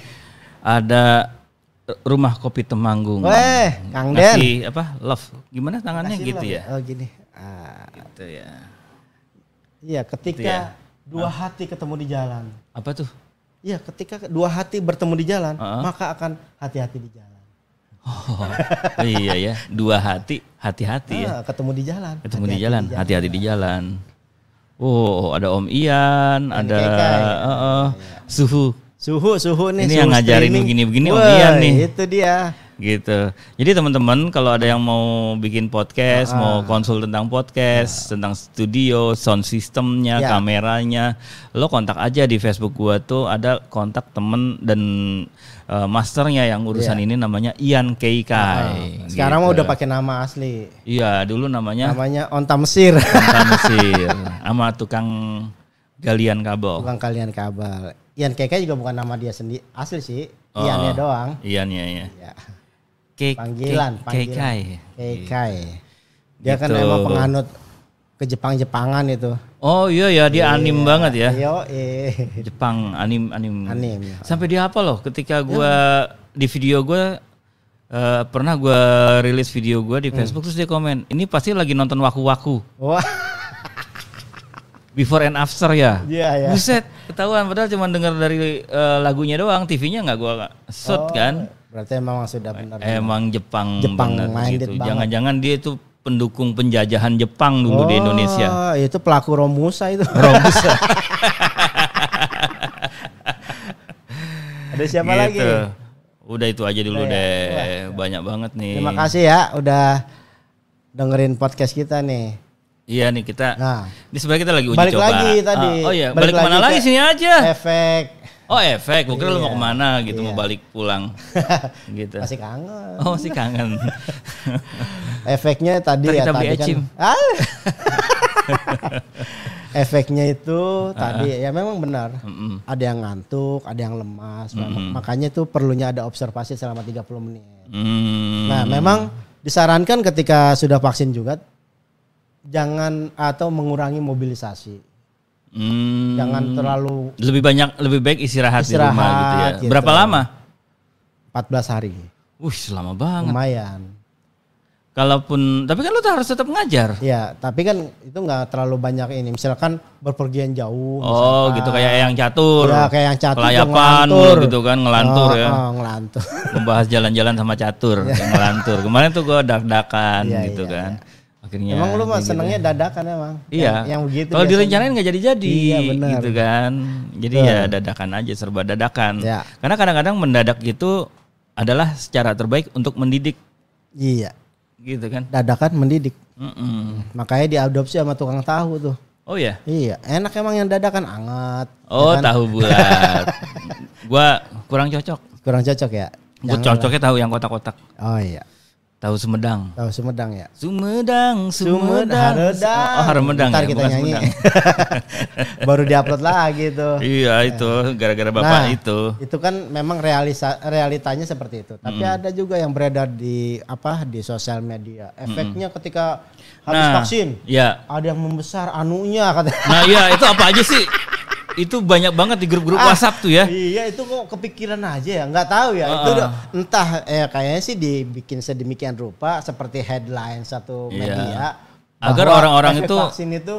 [SPEAKER 2] Ada rumah kopi Temanggung.
[SPEAKER 1] Weh, Kang Den.
[SPEAKER 2] Ngasih apa? Love. Gimana tangannya
[SPEAKER 1] Kasih
[SPEAKER 2] gitu
[SPEAKER 1] love
[SPEAKER 2] ya?
[SPEAKER 1] Oh gini. Ah,
[SPEAKER 2] Gitu ya.
[SPEAKER 1] iya, ketika
[SPEAKER 2] Gitu ya.
[SPEAKER 1] dua hati ketemu di jalan.
[SPEAKER 2] Apa tuh?
[SPEAKER 1] Iya, ketika dua hati bertemu di jalan,
[SPEAKER 2] Uh-uh.
[SPEAKER 1] maka akan hati-hati di jalan.
[SPEAKER 2] Oh, iya ya. Dua hati, hati-hati ya.
[SPEAKER 1] Ah, ketemu di jalan.
[SPEAKER 2] Ketemu di
[SPEAKER 1] Hati-hati
[SPEAKER 2] jalan, hati-hati di jalan. Oh, ada Om Ian,
[SPEAKER 1] Yang
[SPEAKER 2] ada
[SPEAKER 1] Kekai.
[SPEAKER 2] uh, uh, Suhu.
[SPEAKER 1] Suhu, suhu nih.
[SPEAKER 2] Ini
[SPEAKER 1] suhu
[SPEAKER 2] yang ngajarin
[SPEAKER 1] streaming.
[SPEAKER 2] begini-begini Om
[SPEAKER 1] Wah,
[SPEAKER 2] Ian nih.
[SPEAKER 1] Itu dia.
[SPEAKER 2] Gitu. Jadi teman-teman kalau ada yang mau bikin podcast,
[SPEAKER 1] Ah.
[SPEAKER 2] mau konsul tentang podcast, tentang studio, sound systemnya,
[SPEAKER 1] Ya.
[SPEAKER 2] kameranya, lo kontak aja di Facebook gua tuh ada kontak temen dan uh, masternya yang urusan
[SPEAKER 1] Ya.
[SPEAKER 2] ini namanya Ian Keikai.
[SPEAKER 1] Sekarang mah
[SPEAKER 2] Gitu.
[SPEAKER 1] udah pakai nama asli.
[SPEAKER 2] Iya, dulu namanya
[SPEAKER 1] Namanya Onta Mesir.
[SPEAKER 2] Onta Mesir sama tukang galian kabel.
[SPEAKER 1] Bukan kalian kabel. Ian Keke juga bukan nama dia sendiri asli sih.
[SPEAKER 2] Oh,
[SPEAKER 1] Iannya doang.
[SPEAKER 2] Ian ya ya.
[SPEAKER 1] Ya.
[SPEAKER 2] Ke-
[SPEAKER 1] Panggilan,
[SPEAKER 2] ke-
[SPEAKER 1] panggilan.
[SPEAKER 2] Keikai.
[SPEAKER 1] Keikai. Dia kan
[SPEAKER 2] Gitu.
[SPEAKER 1] emang penganut ke Jepang-Jepangan itu.
[SPEAKER 2] Oh iya ya, dia anim banget ya.
[SPEAKER 1] Yo, eh.
[SPEAKER 2] Jepang anim anim.
[SPEAKER 1] Anim, ya.
[SPEAKER 2] Sampai dia apa loh ketika gua di video gua eh, pernah gua rilis video gua di Facebook terus dia komen, "Ini pasti lagi nonton Waku-Waku.
[SPEAKER 1] Wah,
[SPEAKER 2] Before and after ya."
[SPEAKER 1] iya ya.
[SPEAKER 2] Buset, ketahuan padahal cuma dengar dari eh, lagunya doang, T V-nya nggak gua shoot
[SPEAKER 1] Oh,
[SPEAKER 2] kan.
[SPEAKER 1] Berarti emang sudah benar.
[SPEAKER 2] Emang Jepang,
[SPEAKER 1] Jepang
[SPEAKER 2] bener
[SPEAKER 1] minded
[SPEAKER 2] gitu.
[SPEAKER 1] banget.
[SPEAKER 2] Jangan-jangan dia itu pendukung penjajahan Jepang dulu di Indonesia.
[SPEAKER 1] Oh, itu pelaku Romusa itu.
[SPEAKER 2] Romusa.
[SPEAKER 1] Ada siapa
[SPEAKER 2] Gitu.
[SPEAKER 1] lagi?
[SPEAKER 2] Udah itu aja dulu
[SPEAKER 1] Udah ya?
[SPEAKER 2] deh.
[SPEAKER 1] Wah.
[SPEAKER 2] Banyak banget nih.
[SPEAKER 1] Terima kasih ya udah dengerin podcast kita nih.
[SPEAKER 2] Iya nih kita.
[SPEAKER 1] Nah,
[SPEAKER 2] Ini sebenarnya kita lagi uji
[SPEAKER 1] balik
[SPEAKER 2] coba.
[SPEAKER 1] lagi tadi.
[SPEAKER 2] Ah, oh iya,
[SPEAKER 1] Balik
[SPEAKER 2] balik, kemana
[SPEAKER 1] lagi
[SPEAKER 2] lagi
[SPEAKER 1] ke-
[SPEAKER 2] sini aja.
[SPEAKER 1] efek.
[SPEAKER 2] Oh efek, gue kira lu mau
[SPEAKER 1] Iya.
[SPEAKER 2] kemana gitu, mau
[SPEAKER 1] Iya.
[SPEAKER 2] balik pulang. gitu.
[SPEAKER 1] Masih kangen.
[SPEAKER 2] Oh masih kangen.
[SPEAKER 1] Efeknya tadi
[SPEAKER 2] Ntar
[SPEAKER 1] ya
[SPEAKER 2] kita beli
[SPEAKER 1] tadi kan.
[SPEAKER 2] ecim.
[SPEAKER 1] Ah. Efeknya itu tadi ya memang benar.
[SPEAKER 2] Mm-mm.
[SPEAKER 1] Ada yang ngantuk, ada yang lemas.
[SPEAKER 2] Mm-mm.
[SPEAKER 1] Makanya itu perlunya ada observasi selama tiga puluh menit.
[SPEAKER 2] Mm.
[SPEAKER 1] Nah, memang disarankan ketika sudah vaksin juga jangan atau mengurangi mobilisasi.
[SPEAKER 2] Mm.
[SPEAKER 1] Jangan terlalu
[SPEAKER 2] Lebih banyak, lebih baik istirahat,
[SPEAKER 1] Istirahat,
[SPEAKER 2] di rumah gitu ya.
[SPEAKER 1] gitu.
[SPEAKER 2] Berapa lama?
[SPEAKER 1] empat belas hari.
[SPEAKER 2] Wih, lama banget.
[SPEAKER 1] Lumayan.
[SPEAKER 2] Kalaupun, tapi kan lu tuh harus tetap ngajar.
[SPEAKER 1] Ya, tapi kan itu nggak terlalu banyak ini. Misalkan berpergian jauh.
[SPEAKER 2] Oh,
[SPEAKER 1] misalkan.
[SPEAKER 2] gitu kayak yang catur.
[SPEAKER 1] Ya, kayak yang catur.
[SPEAKER 2] Kelayapan
[SPEAKER 1] ngelantur.
[SPEAKER 2] gitu kan, ngelantur
[SPEAKER 1] oh,
[SPEAKER 2] ya.
[SPEAKER 1] Oh, ngelantur.
[SPEAKER 2] Membahas jalan-jalan sama catur, yang ngelantur. Kemarin tuh gue dak-dakan
[SPEAKER 1] Iya,
[SPEAKER 2] gitu
[SPEAKER 1] iya,
[SPEAKER 2] kan.
[SPEAKER 1] iya.
[SPEAKER 2] Akhirnya.
[SPEAKER 1] Emang lu mah
[SPEAKER 2] gitu
[SPEAKER 1] senengnya
[SPEAKER 2] deh.
[SPEAKER 1] dadakan emang.
[SPEAKER 2] Iya.
[SPEAKER 1] Yang, yang begitu.
[SPEAKER 2] Kalau
[SPEAKER 1] biasanya.
[SPEAKER 2] direncanain nggak jadi-jadi.
[SPEAKER 1] Iya, benar.
[SPEAKER 2] Gitu kan. Jadi
[SPEAKER 1] Betul.
[SPEAKER 2] ya dadakan aja, serba dadakan.
[SPEAKER 1] Ya.
[SPEAKER 2] Karena kadang-kadang mendadak itu adalah cara terbaik untuk mendidik.
[SPEAKER 1] Iya.
[SPEAKER 2] Gitu kan.
[SPEAKER 1] Dadakan mendidik.
[SPEAKER 2] Mm-mm.
[SPEAKER 1] Makanya diadopsi sama tukang tahu tuh.
[SPEAKER 2] Oh ya.
[SPEAKER 1] Iya, enak emang yang dadakan anget.
[SPEAKER 2] Oh,
[SPEAKER 1] ya kan?
[SPEAKER 2] tahu bulat. Gua kurang cocok.
[SPEAKER 1] Kurang cocok ya.
[SPEAKER 2] Gue
[SPEAKER 1] Yang-
[SPEAKER 2] cocoknya tahu yang kotak-kotak.
[SPEAKER 1] Oh iya,
[SPEAKER 2] Tahu Sumedang.
[SPEAKER 1] tahu Sumedang ya.
[SPEAKER 2] Sumedang, Sumedang.
[SPEAKER 1] Haredang.
[SPEAKER 2] Oh, Harmedang
[SPEAKER 1] Ntar
[SPEAKER 2] ya,
[SPEAKER 1] kita
[SPEAKER 2] bukan
[SPEAKER 1] nyanyi.
[SPEAKER 2] Sumedang.
[SPEAKER 1] Baru diupload lagi tuh.
[SPEAKER 2] Iya, itu gara-gara bapak
[SPEAKER 1] Nah,
[SPEAKER 2] itu.
[SPEAKER 1] Itu kan memang realisa, realitanya seperti itu. Tapi
[SPEAKER 2] Hmm.
[SPEAKER 1] ada juga yang beredar di apa di sosial media. Efeknya ketika habis
[SPEAKER 2] Nah,
[SPEAKER 1] vaksin,
[SPEAKER 2] ya.
[SPEAKER 1] ada yang membesar anunya katanya.
[SPEAKER 2] Nah, iya itu apa aja sih? Itu banyak banget di grup-grup
[SPEAKER 1] Ah,
[SPEAKER 2] WhatsApp tuh ya.
[SPEAKER 1] Iya itu kok kepikiran aja ya, nggak tahu ya. Itu
[SPEAKER 2] Uh-uh.
[SPEAKER 1] udah- entah eh kayaknya sih dibikin sedemikian rupa seperti headline satu
[SPEAKER 2] Iya.
[SPEAKER 1] media.
[SPEAKER 2] Agar
[SPEAKER 1] bahwa
[SPEAKER 2] orang-orang
[SPEAKER 1] efek
[SPEAKER 2] itu-
[SPEAKER 1] vaksin itu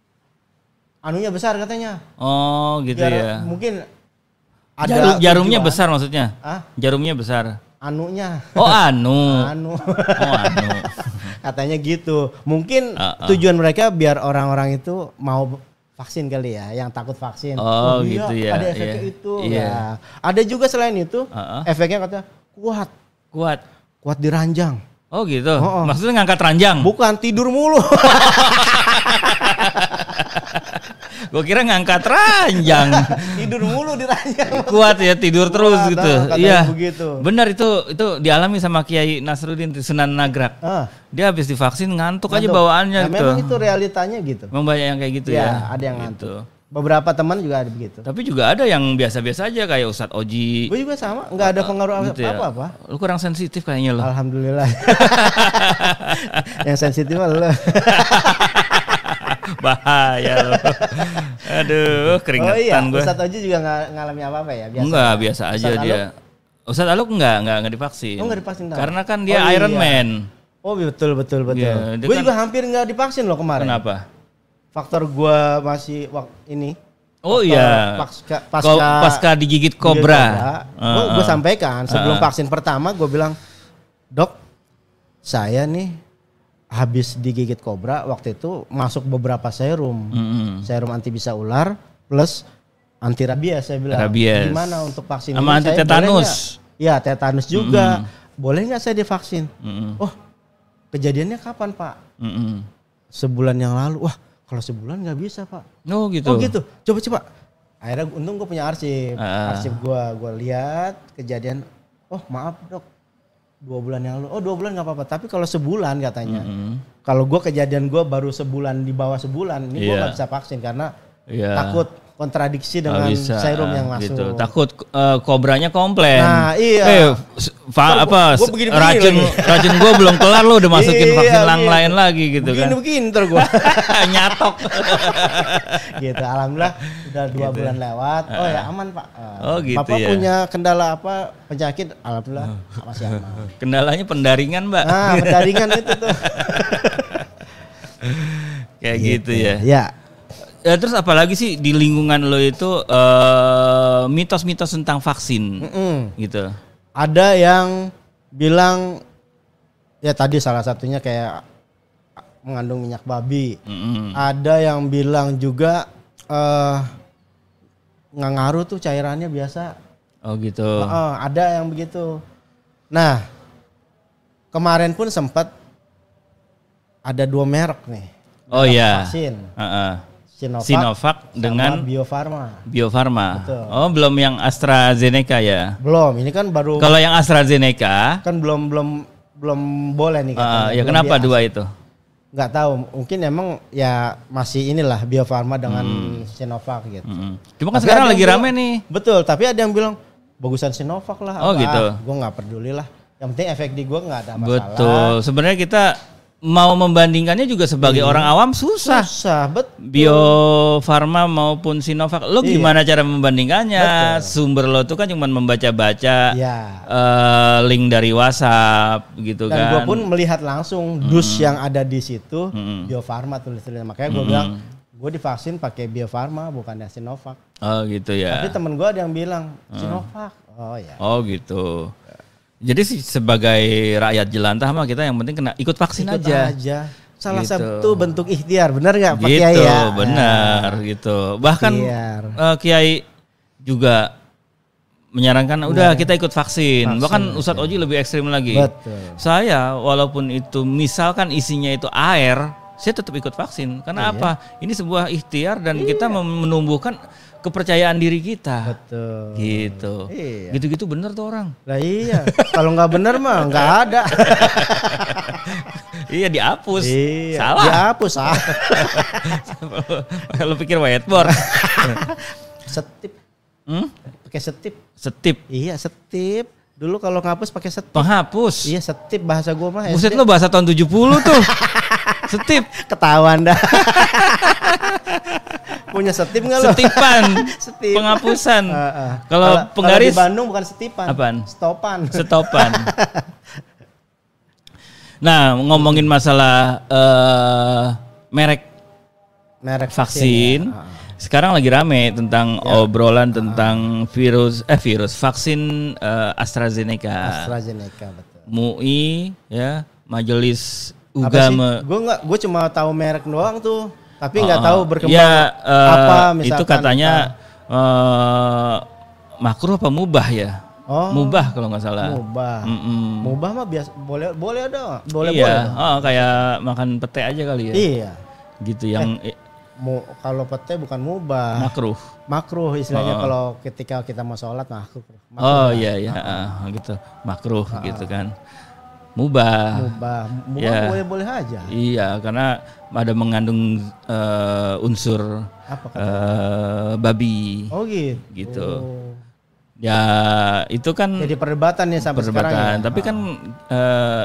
[SPEAKER 1] anunya besar katanya.
[SPEAKER 2] Oh, gitu
[SPEAKER 1] Biar
[SPEAKER 2] ya.
[SPEAKER 1] Mungkin ada
[SPEAKER 2] Jarum, jarumnya
[SPEAKER 1] tujuan.
[SPEAKER 2] besar maksudnya?
[SPEAKER 1] Ah,
[SPEAKER 2] Jarumnya besar.
[SPEAKER 1] anunya.
[SPEAKER 2] Oh, anu.
[SPEAKER 1] Anu.
[SPEAKER 2] Oh, anu.
[SPEAKER 1] Katanya gitu. Mungkin
[SPEAKER 2] Uh-uh.
[SPEAKER 1] tujuan mereka biar orang-orang itu mau vaksin kali ya, yang takut vaksin.
[SPEAKER 2] Oh,
[SPEAKER 1] iya,
[SPEAKER 2] gitu ya,
[SPEAKER 1] Ada efeknya
[SPEAKER 2] iya.
[SPEAKER 1] itu.
[SPEAKER 2] Iya.
[SPEAKER 1] Nah, ada juga selain itu,
[SPEAKER 2] Uh-uh.
[SPEAKER 1] efeknya katanya kuat,
[SPEAKER 2] Kuat.
[SPEAKER 1] kuat di ranjang.
[SPEAKER 2] Oh, gitu.
[SPEAKER 1] Oh, oh.
[SPEAKER 2] Maksudnya ngangkat ranjang.
[SPEAKER 1] Bukan tidur mulu.
[SPEAKER 2] Gue kira ngangkat ranjang.
[SPEAKER 1] Tidur mulu di ranjang.
[SPEAKER 2] Kuat ya, tidur terus
[SPEAKER 1] Kuat,
[SPEAKER 2] gitu.
[SPEAKER 1] ah, katanya
[SPEAKER 2] Iya.
[SPEAKER 1] begitu.
[SPEAKER 2] Benar itu itu dialami sama Kiai Nasruddin di Sunan Nagrak.
[SPEAKER 1] Ah,
[SPEAKER 2] Dia habis divaksin ngantuk, aja
[SPEAKER 1] ngantuk.
[SPEAKER 2] bawaannya
[SPEAKER 1] Nah,
[SPEAKER 2] gitu.
[SPEAKER 1] memang itu realitanya gitu.
[SPEAKER 2] Memang banyak yang kayak gitu ya.
[SPEAKER 1] Ya, ada yang
[SPEAKER 2] Gitu.
[SPEAKER 1] ngantuk. Beberapa teman juga ada begitu.
[SPEAKER 2] Tapi juga ada yang biasa-biasa aja kayak Ustadz Oji.
[SPEAKER 1] Gue juga sama, nggak ada pengaruh
[SPEAKER 2] Gitu ya.
[SPEAKER 1] apa-apa.
[SPEAKER 2] Lu kurang sensitif kayaknya lo.
[SPEAKER 1] Alhamdulillah. Yang sensitif mah lu.
[SPEAKER 2] Bahaya lo. Aduh, keringetan
[SPEAKER 1] Oh iya,
[SPEAKER 2] gue.
[SPEAKER 1] Ustadz Oji juga nggak ngalami apa-apa ya? Biasa.
[SPEAKER 2] Enggak, biasa aja
[SPEAKER 1] Ustadz
[SPEAKER 2] dia.
[SPEAKER 1] Alok?
[SPEAKER 2] Ustadz Aluk enggak, enggak, enggak divaksin.
[SPEAKER 1] Oh, nggak divaksin, tahu.
[SPEAKER 2] Karena kan dia
[SPEAKER 1] Oh,
[SPEAKER 2] Iron
[SPEAKER 1] iya.
[SPEAKER 2] Man.
[SPEAKER 1] Oh betul betul betul.
[SPEAKER 2] Iya, dia
[SPEAKER 1] Gue
[SPEAKER 2] kan-
[SPEAKER 1] juga hampir nggak divaksin loh kemarin.
[SPEAKER 2] Kenapa?
[SPEAKER 1] Faktor gue masih wak- ini.
[SPEAKER 2] Oh
[SPEAKER 1] faktor
[SPEAKER 2] iya.
[SPEAKER 1] Pasca,
[SPEAKER 2] Ko- pasca digigit kobra.
[SPEAKER 1] Gue
[SPEAKER 2] Heeh.
[SPEAKER 1] sampaikan sebelum
[SPEAKER 2] Heeh.
[SPEAKER 1] vaksin pertama gue bilang, dok, saya nih habis digigit kobra waktu itu masuk beberapa serum,
[SPEAKER 2] Mm-mm.
[SPEAKER 1] serum anti bisa ular plus anti rabies saya bilang.
[SPEAKER 2] Rabies.
[SPEAKER 1] Gimana untuk vaksin
[SPEAKER 2] Sama
[SPEAKER 1] ini?
[SPEAKER 2] anti
[SPEAKER 1] Saya
[SPEAKER 2] tetanus.
[SPEAKER 1] boleh nggak? Iya tetanus juga. Boleh nggak saya divaksin?
[SPEAKER 2] Mm-mm.
[SPEAKER 1] Oh kejadiannya kapan pak?
[SPEAKER 2] Mm-mm.
[SPEAKER 1] Sebulan yang lalu. Wah kalau sebulan nggak bisa pak.
[SPEAKER 2] Oh gitu.
[SPEAKER 1] Oh gitu. Coba coba. Akhirnya untung gue punya arsip.
[SPEAKER 2] Ah.
[SPEAKER 1] Arsip gue gue lihat kejadian. Oh maaf dok. Dua bulan yang lalu. Oh dua bulan nggak apa-apa. Tapi kalau sebulan katanya.
[SPEAKER 2] Mm-mm.
[SPEAKER 1] Kalau gue kejadian gue baru sebulan di bawah sebulan. Ini gue
[SPEAKER 2] Iya.
[SPEAKER 1] nggak bisa vaksin karena
[SPEAKER 2] Iya.
[SPEAKER 1] takut kontradiksi
[SPEAKER 2] Nggak
[SPEAKER 1] dengan
[SPEAKER 2] bisa,
[SPEAKER 1] serum yang masuk.
[SPEAKER 2] Gitu. Takut eh, kobranya komplain.
[SPEAKER 1] Nah, iya.
[SPEAKER 2] Eh, s- fa-
[SPEAKER 1] Ntar
[SPEAKER 2] apa?
[SPEAKER 1] gua- gua
[SPEAKER 2] s-
[SPEAKER 1] begini-begini
[SPEAKER 2] racun
[SPEAKER 1] lagi.
[SPEAKER 2] racun gue belum kelar lo udah masukin
[SPEAKER 1] Iya,
[SPEAKER 2] vaksin yang
[SPEAKER 1] gitu.
[SPEAKER 2] lain lagi gitu
[SPEAKER 1] begini,
[SPEAKER 2] kan.
[SPEAKER 1] Begini ntar gue.
[SPEAKER 2] Nyatok.
[SPEAKER 1] Gitu. Alhamdulillah udah dua bulan lewat. Oh ya aman pak. Eh,
[SPEAKER 2] Oh, gitu
[SPEAKER 1] Bapak
[SPEAKER 2] ya.
[SPEAKER 1] punya kendala apa penyakit? Alhamdulillah masih aman.
[SPEAKER 2] Kendalanya pendaringan, Mbak.
[SPEAKER 1] Nah pendaringan itu tuh.
[SPEAKER 2] Kayak gitu ya.
[SPEAKER 1] Ya.
[SPEAKER 2] Ya, terus apalagi sih di lingkungan lo itu eh, mitos-mitos tentang vaksin
[SPEAKER 1] Mm-mm.
[SPEAKER 2] gitu.
[SPEAKER 1] Ada yang bilang ya tadi salah satunya kayak mengandung minyak babi.
[SPEAKER 2] Mm-mm.
[SPEAKER 1] Ada yang bilang juga eh nggak ngaruh tuh cairannya biasa.
[SPEAKER 2] Oh gitu.
[SPEAKER 1] Heeh, ada yang begitu. Nah kemarin pun sempat ada dua merek nih.
[SPEAKER 2] Oh
[SPEAKER 1] merek
[SPEAKER 2] iya.
[SPEAKER 1] Vaksin.
[SPEAKER 2] Heeh.
[SPEAKER 1] Sinovac,
[SPEAKER 2] Sinovac
[SPEAKER 1] sama
[SPEAKER 2] dengan
[SPEAKER 1] Bio Farma.
[SPEAKER 2] Bio Farma.
[SPEAKER 1] Betul.
[SPEAKER 2] Oh, belum yang AstraZeneca ya.
[SPEAKER 1] Belum, ini kan baru
[SPEAKER 2] Kalau yang AstraZeneca,
[SPEAKER 1] kan belum belum belum boleh nih
[SPEAKER 2] eh,
[SPEAKER 1] katanya.
[SPEAKER 2] ya
[SPEAKER 1] Belum
[SPEAKER 2] kenapa
[SPEAKER 1] di-
[SPEAKER 2] dua itu?
[SPEAKER 1] nggak tahu, mungkin emang ya masih inilah Bio Farma dengan hmm. Sinovac gitu.
[SPEAKER 2] Hmm. Cuma kan tapi sekarang lagi rame nih.
[SPEAKER 1] Betul, tapi ada yang bilang bagusan Sinovac lah.
[SPEAKER 2] Oh apa? Gitu.
[SPEAKER 1] Ah, gue nggak peduli lah. Yang penting efek di gue nggak ada masalah.
[SPEAKER 2] Betul. Sebenarnya kita mau membandingkannya juga sebagai hmm. orang awam susah.
[SPEAKER 1] Susah, betul.
[SPEAKER 2] Bio Farma maupun Sinovac, lo iya. gimana cara membandingkannya? Betul. Sumber lo tuh kan cuma membaca-baca ya. uh, link dari WhatsApp gitu. Dan kan. Dan
[SPEAKER 1] gue pun melihat langsung hmm. dus yang ada di situ hmm. Bio Farma tulis-tulisnya. Makanya gue hmm. bilang gue divaksin pakai Bio Farma bukannya Sinovac.
[SPEAKER 2] Oh gitu ya.
[SPEAKER 1] Tapi temen gue ada yang bilang Sinovac. Oh ya.
[SPEAKER 2] Oh gitu. Jadi sih sebagai rakyat jelantah mah kita yang penting kena ikut vaksin ikut aja.
[SPEAKER 1] aja. Salah gitu. Satu bentuk ikhtiar, benar nggak Pak
[SPEAKER 2] gitu,
[SPEAKER 1] Kiai ya?
[SPEAKER 2] Benar nah, gitu. Bahkan uh, Kiai juga menyarankan udah kita ikut vaksin. vaksin Bahkan Ustadz Oji lebih ekstrim lagi. Betul. Saya walaupun itu misalkan isinya itu air, saya tetap ikut vaksin. Karena oh, apa? Iya? Ini sebuah ikhtiar dan iya. kita menumbuhkan kepercayaan diri kita. Betul. Gitu. Iya. Gitu-gitu bener tuh orang.
[SPEAKER 1] Lah iya. Kalau nggak bener mah nggak ada.
[SPEAKER 2] Iya dihapus.
[SPEAKER 1] Iya.
[SPEAKER 2] Salah.
[SPEAKER 1] Dihapus salah.
[SPEAKER 2] Kalau pikir whiteboard.
[SPEAKER 1] Setip.
[SPEAKER 2] Hmm?
[SPEAKER 1] Pakai setip.
[SPEAKER 2] Setip.
[SPEAKER 1] Iya setip. Dulu kalau ngapus pakai setip.
[SPEAKER 2] Penghapus.
[SPEAKER 1] Iya setip bahasa gua mah.
[SPEAKER 2] Buset lo bahasa tahun tujuh puluh tuh. Setip.
[SPEAKER 1] Ketahuan dah. Punya setip nggak lo?
[SPEAKER 2] Setipan. Setip. Penghapusan. Uh, uh. Kalau penggaris.
[SPEAKER 1] Di Bandung bukan setipan.
[SPEAKER 2] Apaan?
[SPEAKER 1] Stopan.
[SPEAKER 2] Stopan. Nah ngomongin masalah uh, merek.
[SPEAKER 1] Merek
[SPEAKER 2] vaksin. vaksin ya. uh. Sekarang lagi rame tentang ya. obrolan tentang uh. virus eh virus vaksin uh, AstraZeneca.
[SPEAKER 1] AstraZeneca betul.
[SPEAKER 2] M U I ya, Majelis Ugama.
[SPEAKER 1] Gue nggak, gue cuma tahu merek doang tuh. Tapi nggak uh, tahu berkembang
[SPEAKER 2] ya, uh,
[SPEAKER 1] apa misalkan.
[SPEAKER 2] Itu katanya uh, makruh apa mubah ya?
[SPEAKER 1] Oh,
[SPEAKER 2] mubah kalau nggak salah.
[SPEAKER 1] Mubah.
[SPEAKER 2] Mm-mm.
[SPEAKER 1] Mubah mah biasa boleh boleh ada. Boleh
[SPEAKER 2] iya.
[SPEAKER 1] boleh.
[SPEAKER 2] Oh, kayak makan pete aja kali ya.
[SPEAKER 1] Iya.
[SPEAKER 2] Gitu yang
[SPEAKER 1] eh, mu, kalau pete bukan mubah.
[SPEAKER 2] Makruh.
[SPEAKER 1] Makruh istilahnya uh. kalau ketika kita mau sholat makruh. makruh
[SPEAKER 2] oh iya iya uh, gitu. Makruh uh. gitu kan. Mubah.
[SPEAKER 1] Mubah. Mubah ya. Boleh-boleh aja.
[SPEAKER 2] Iya, karena ada mengandung uh, unsur apa uh, babi.
[SPEAKER 1] Oh gitu.
[SPEAKER 2] Gitu. Oh. Ya, itu kan
[SPEAKER 1] jadi perdebatan ya sampai
[SPEAKER 2] perdebatan.
[SPEAKER 1] sekarang ya.
[SPEAKER 2] Tapi kan uh,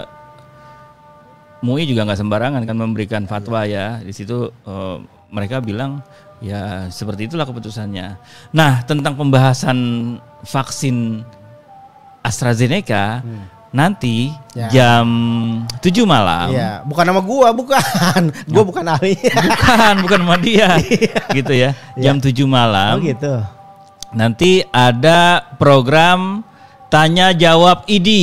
[SPEAKER 2] M U I juga nggak sembarangan kan memberikan fatwa ya. Di situ uh, mereka bilang ya seperti itulah keputusannya. Nah, tentang pembahasan vaksin AstraZeneca hmm. nanti ya. jam tujuh malam.
[SPEAKER 1] Iya, bukan nama gua, bukan. Gua nah. bukan ahli.
[SPEAKER 2] Bukan, bukan sama dia. Gitu ya. Jam tujuh malam.
[SPEAKER 1] Oh gitu.
[SPEAKER 2] Nanti ada program Tanya Jawab I D.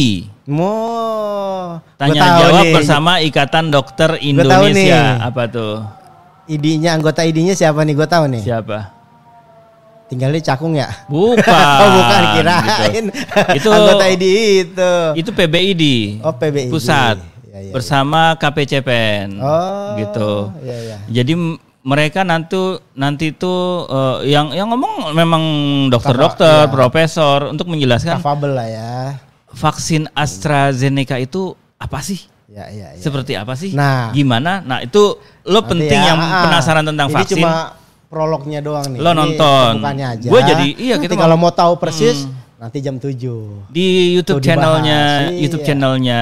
[SPEAKER 1] Oh.
[SPEAKER 2] Tanya Jawab nih. Bersama Ikatan Dokter Indonesia. Apa tuh?
[SPEAKER 1] I D-nya, anggota I D-nya siapa nih? Gua tahu nih.
[SPEAKER 2] Siapa?
[SPEAKER 1] Tinggal di Cakung ya?
[SPEAKER 2] Bukan.
[SPEAKER 1] Oh bukan, kirain.
[SPEAKER 2] Gitu. Itu
[SPEAKER 1] anggota I D itu.
[SPEAKER 2] Itu P B I D.
[SPEAKER 1] Oh P B I D.
[SPEAKER 2] Pusat.
[SPEAKER 1] Ya, ya,
[SPEAKER 2] bersama K P C P N.
[SPEAKER 1] Oh.
[SPEAKER 2] Gitu.
[SPEAKER 1] Ya, ya.
[SPEAKER 2] Jadi mereka nanti nanti tuh uh, yang yang ngomong memang dokter-dokter, ya. profesor untuk menjelaskan.
[SPEAKER 1] Kafabel lah ya.
[SPEAKER 2] Vaksin AstraZeneca itu apa sih?
[SPEAKER 1] Ya, ya, ya.
[SPEAKER 2] Seperti apa sih?
[SPEAKER 1] Nah,
[SPEAKER 2] gimana? Nah itu lo penting ya, yang ah, penasaran tentang
[SPEAKER 1] ini
[SPEAKER 2] vaksin.
[SPEAKER 1] Cuma prolognya doang nih.
[SPEAKER 2] Lo ini nonton.
[SPEAKER 1] Aja.
[SPEAKER 2] Gue jadi iya kita
[SPEAKER 1] kalau mau tahu persis hmm. nanti jam tujuh.
[SPEAKER 2] Di YouTube tuh channelnya, dibahas. YouTube iya. channelnya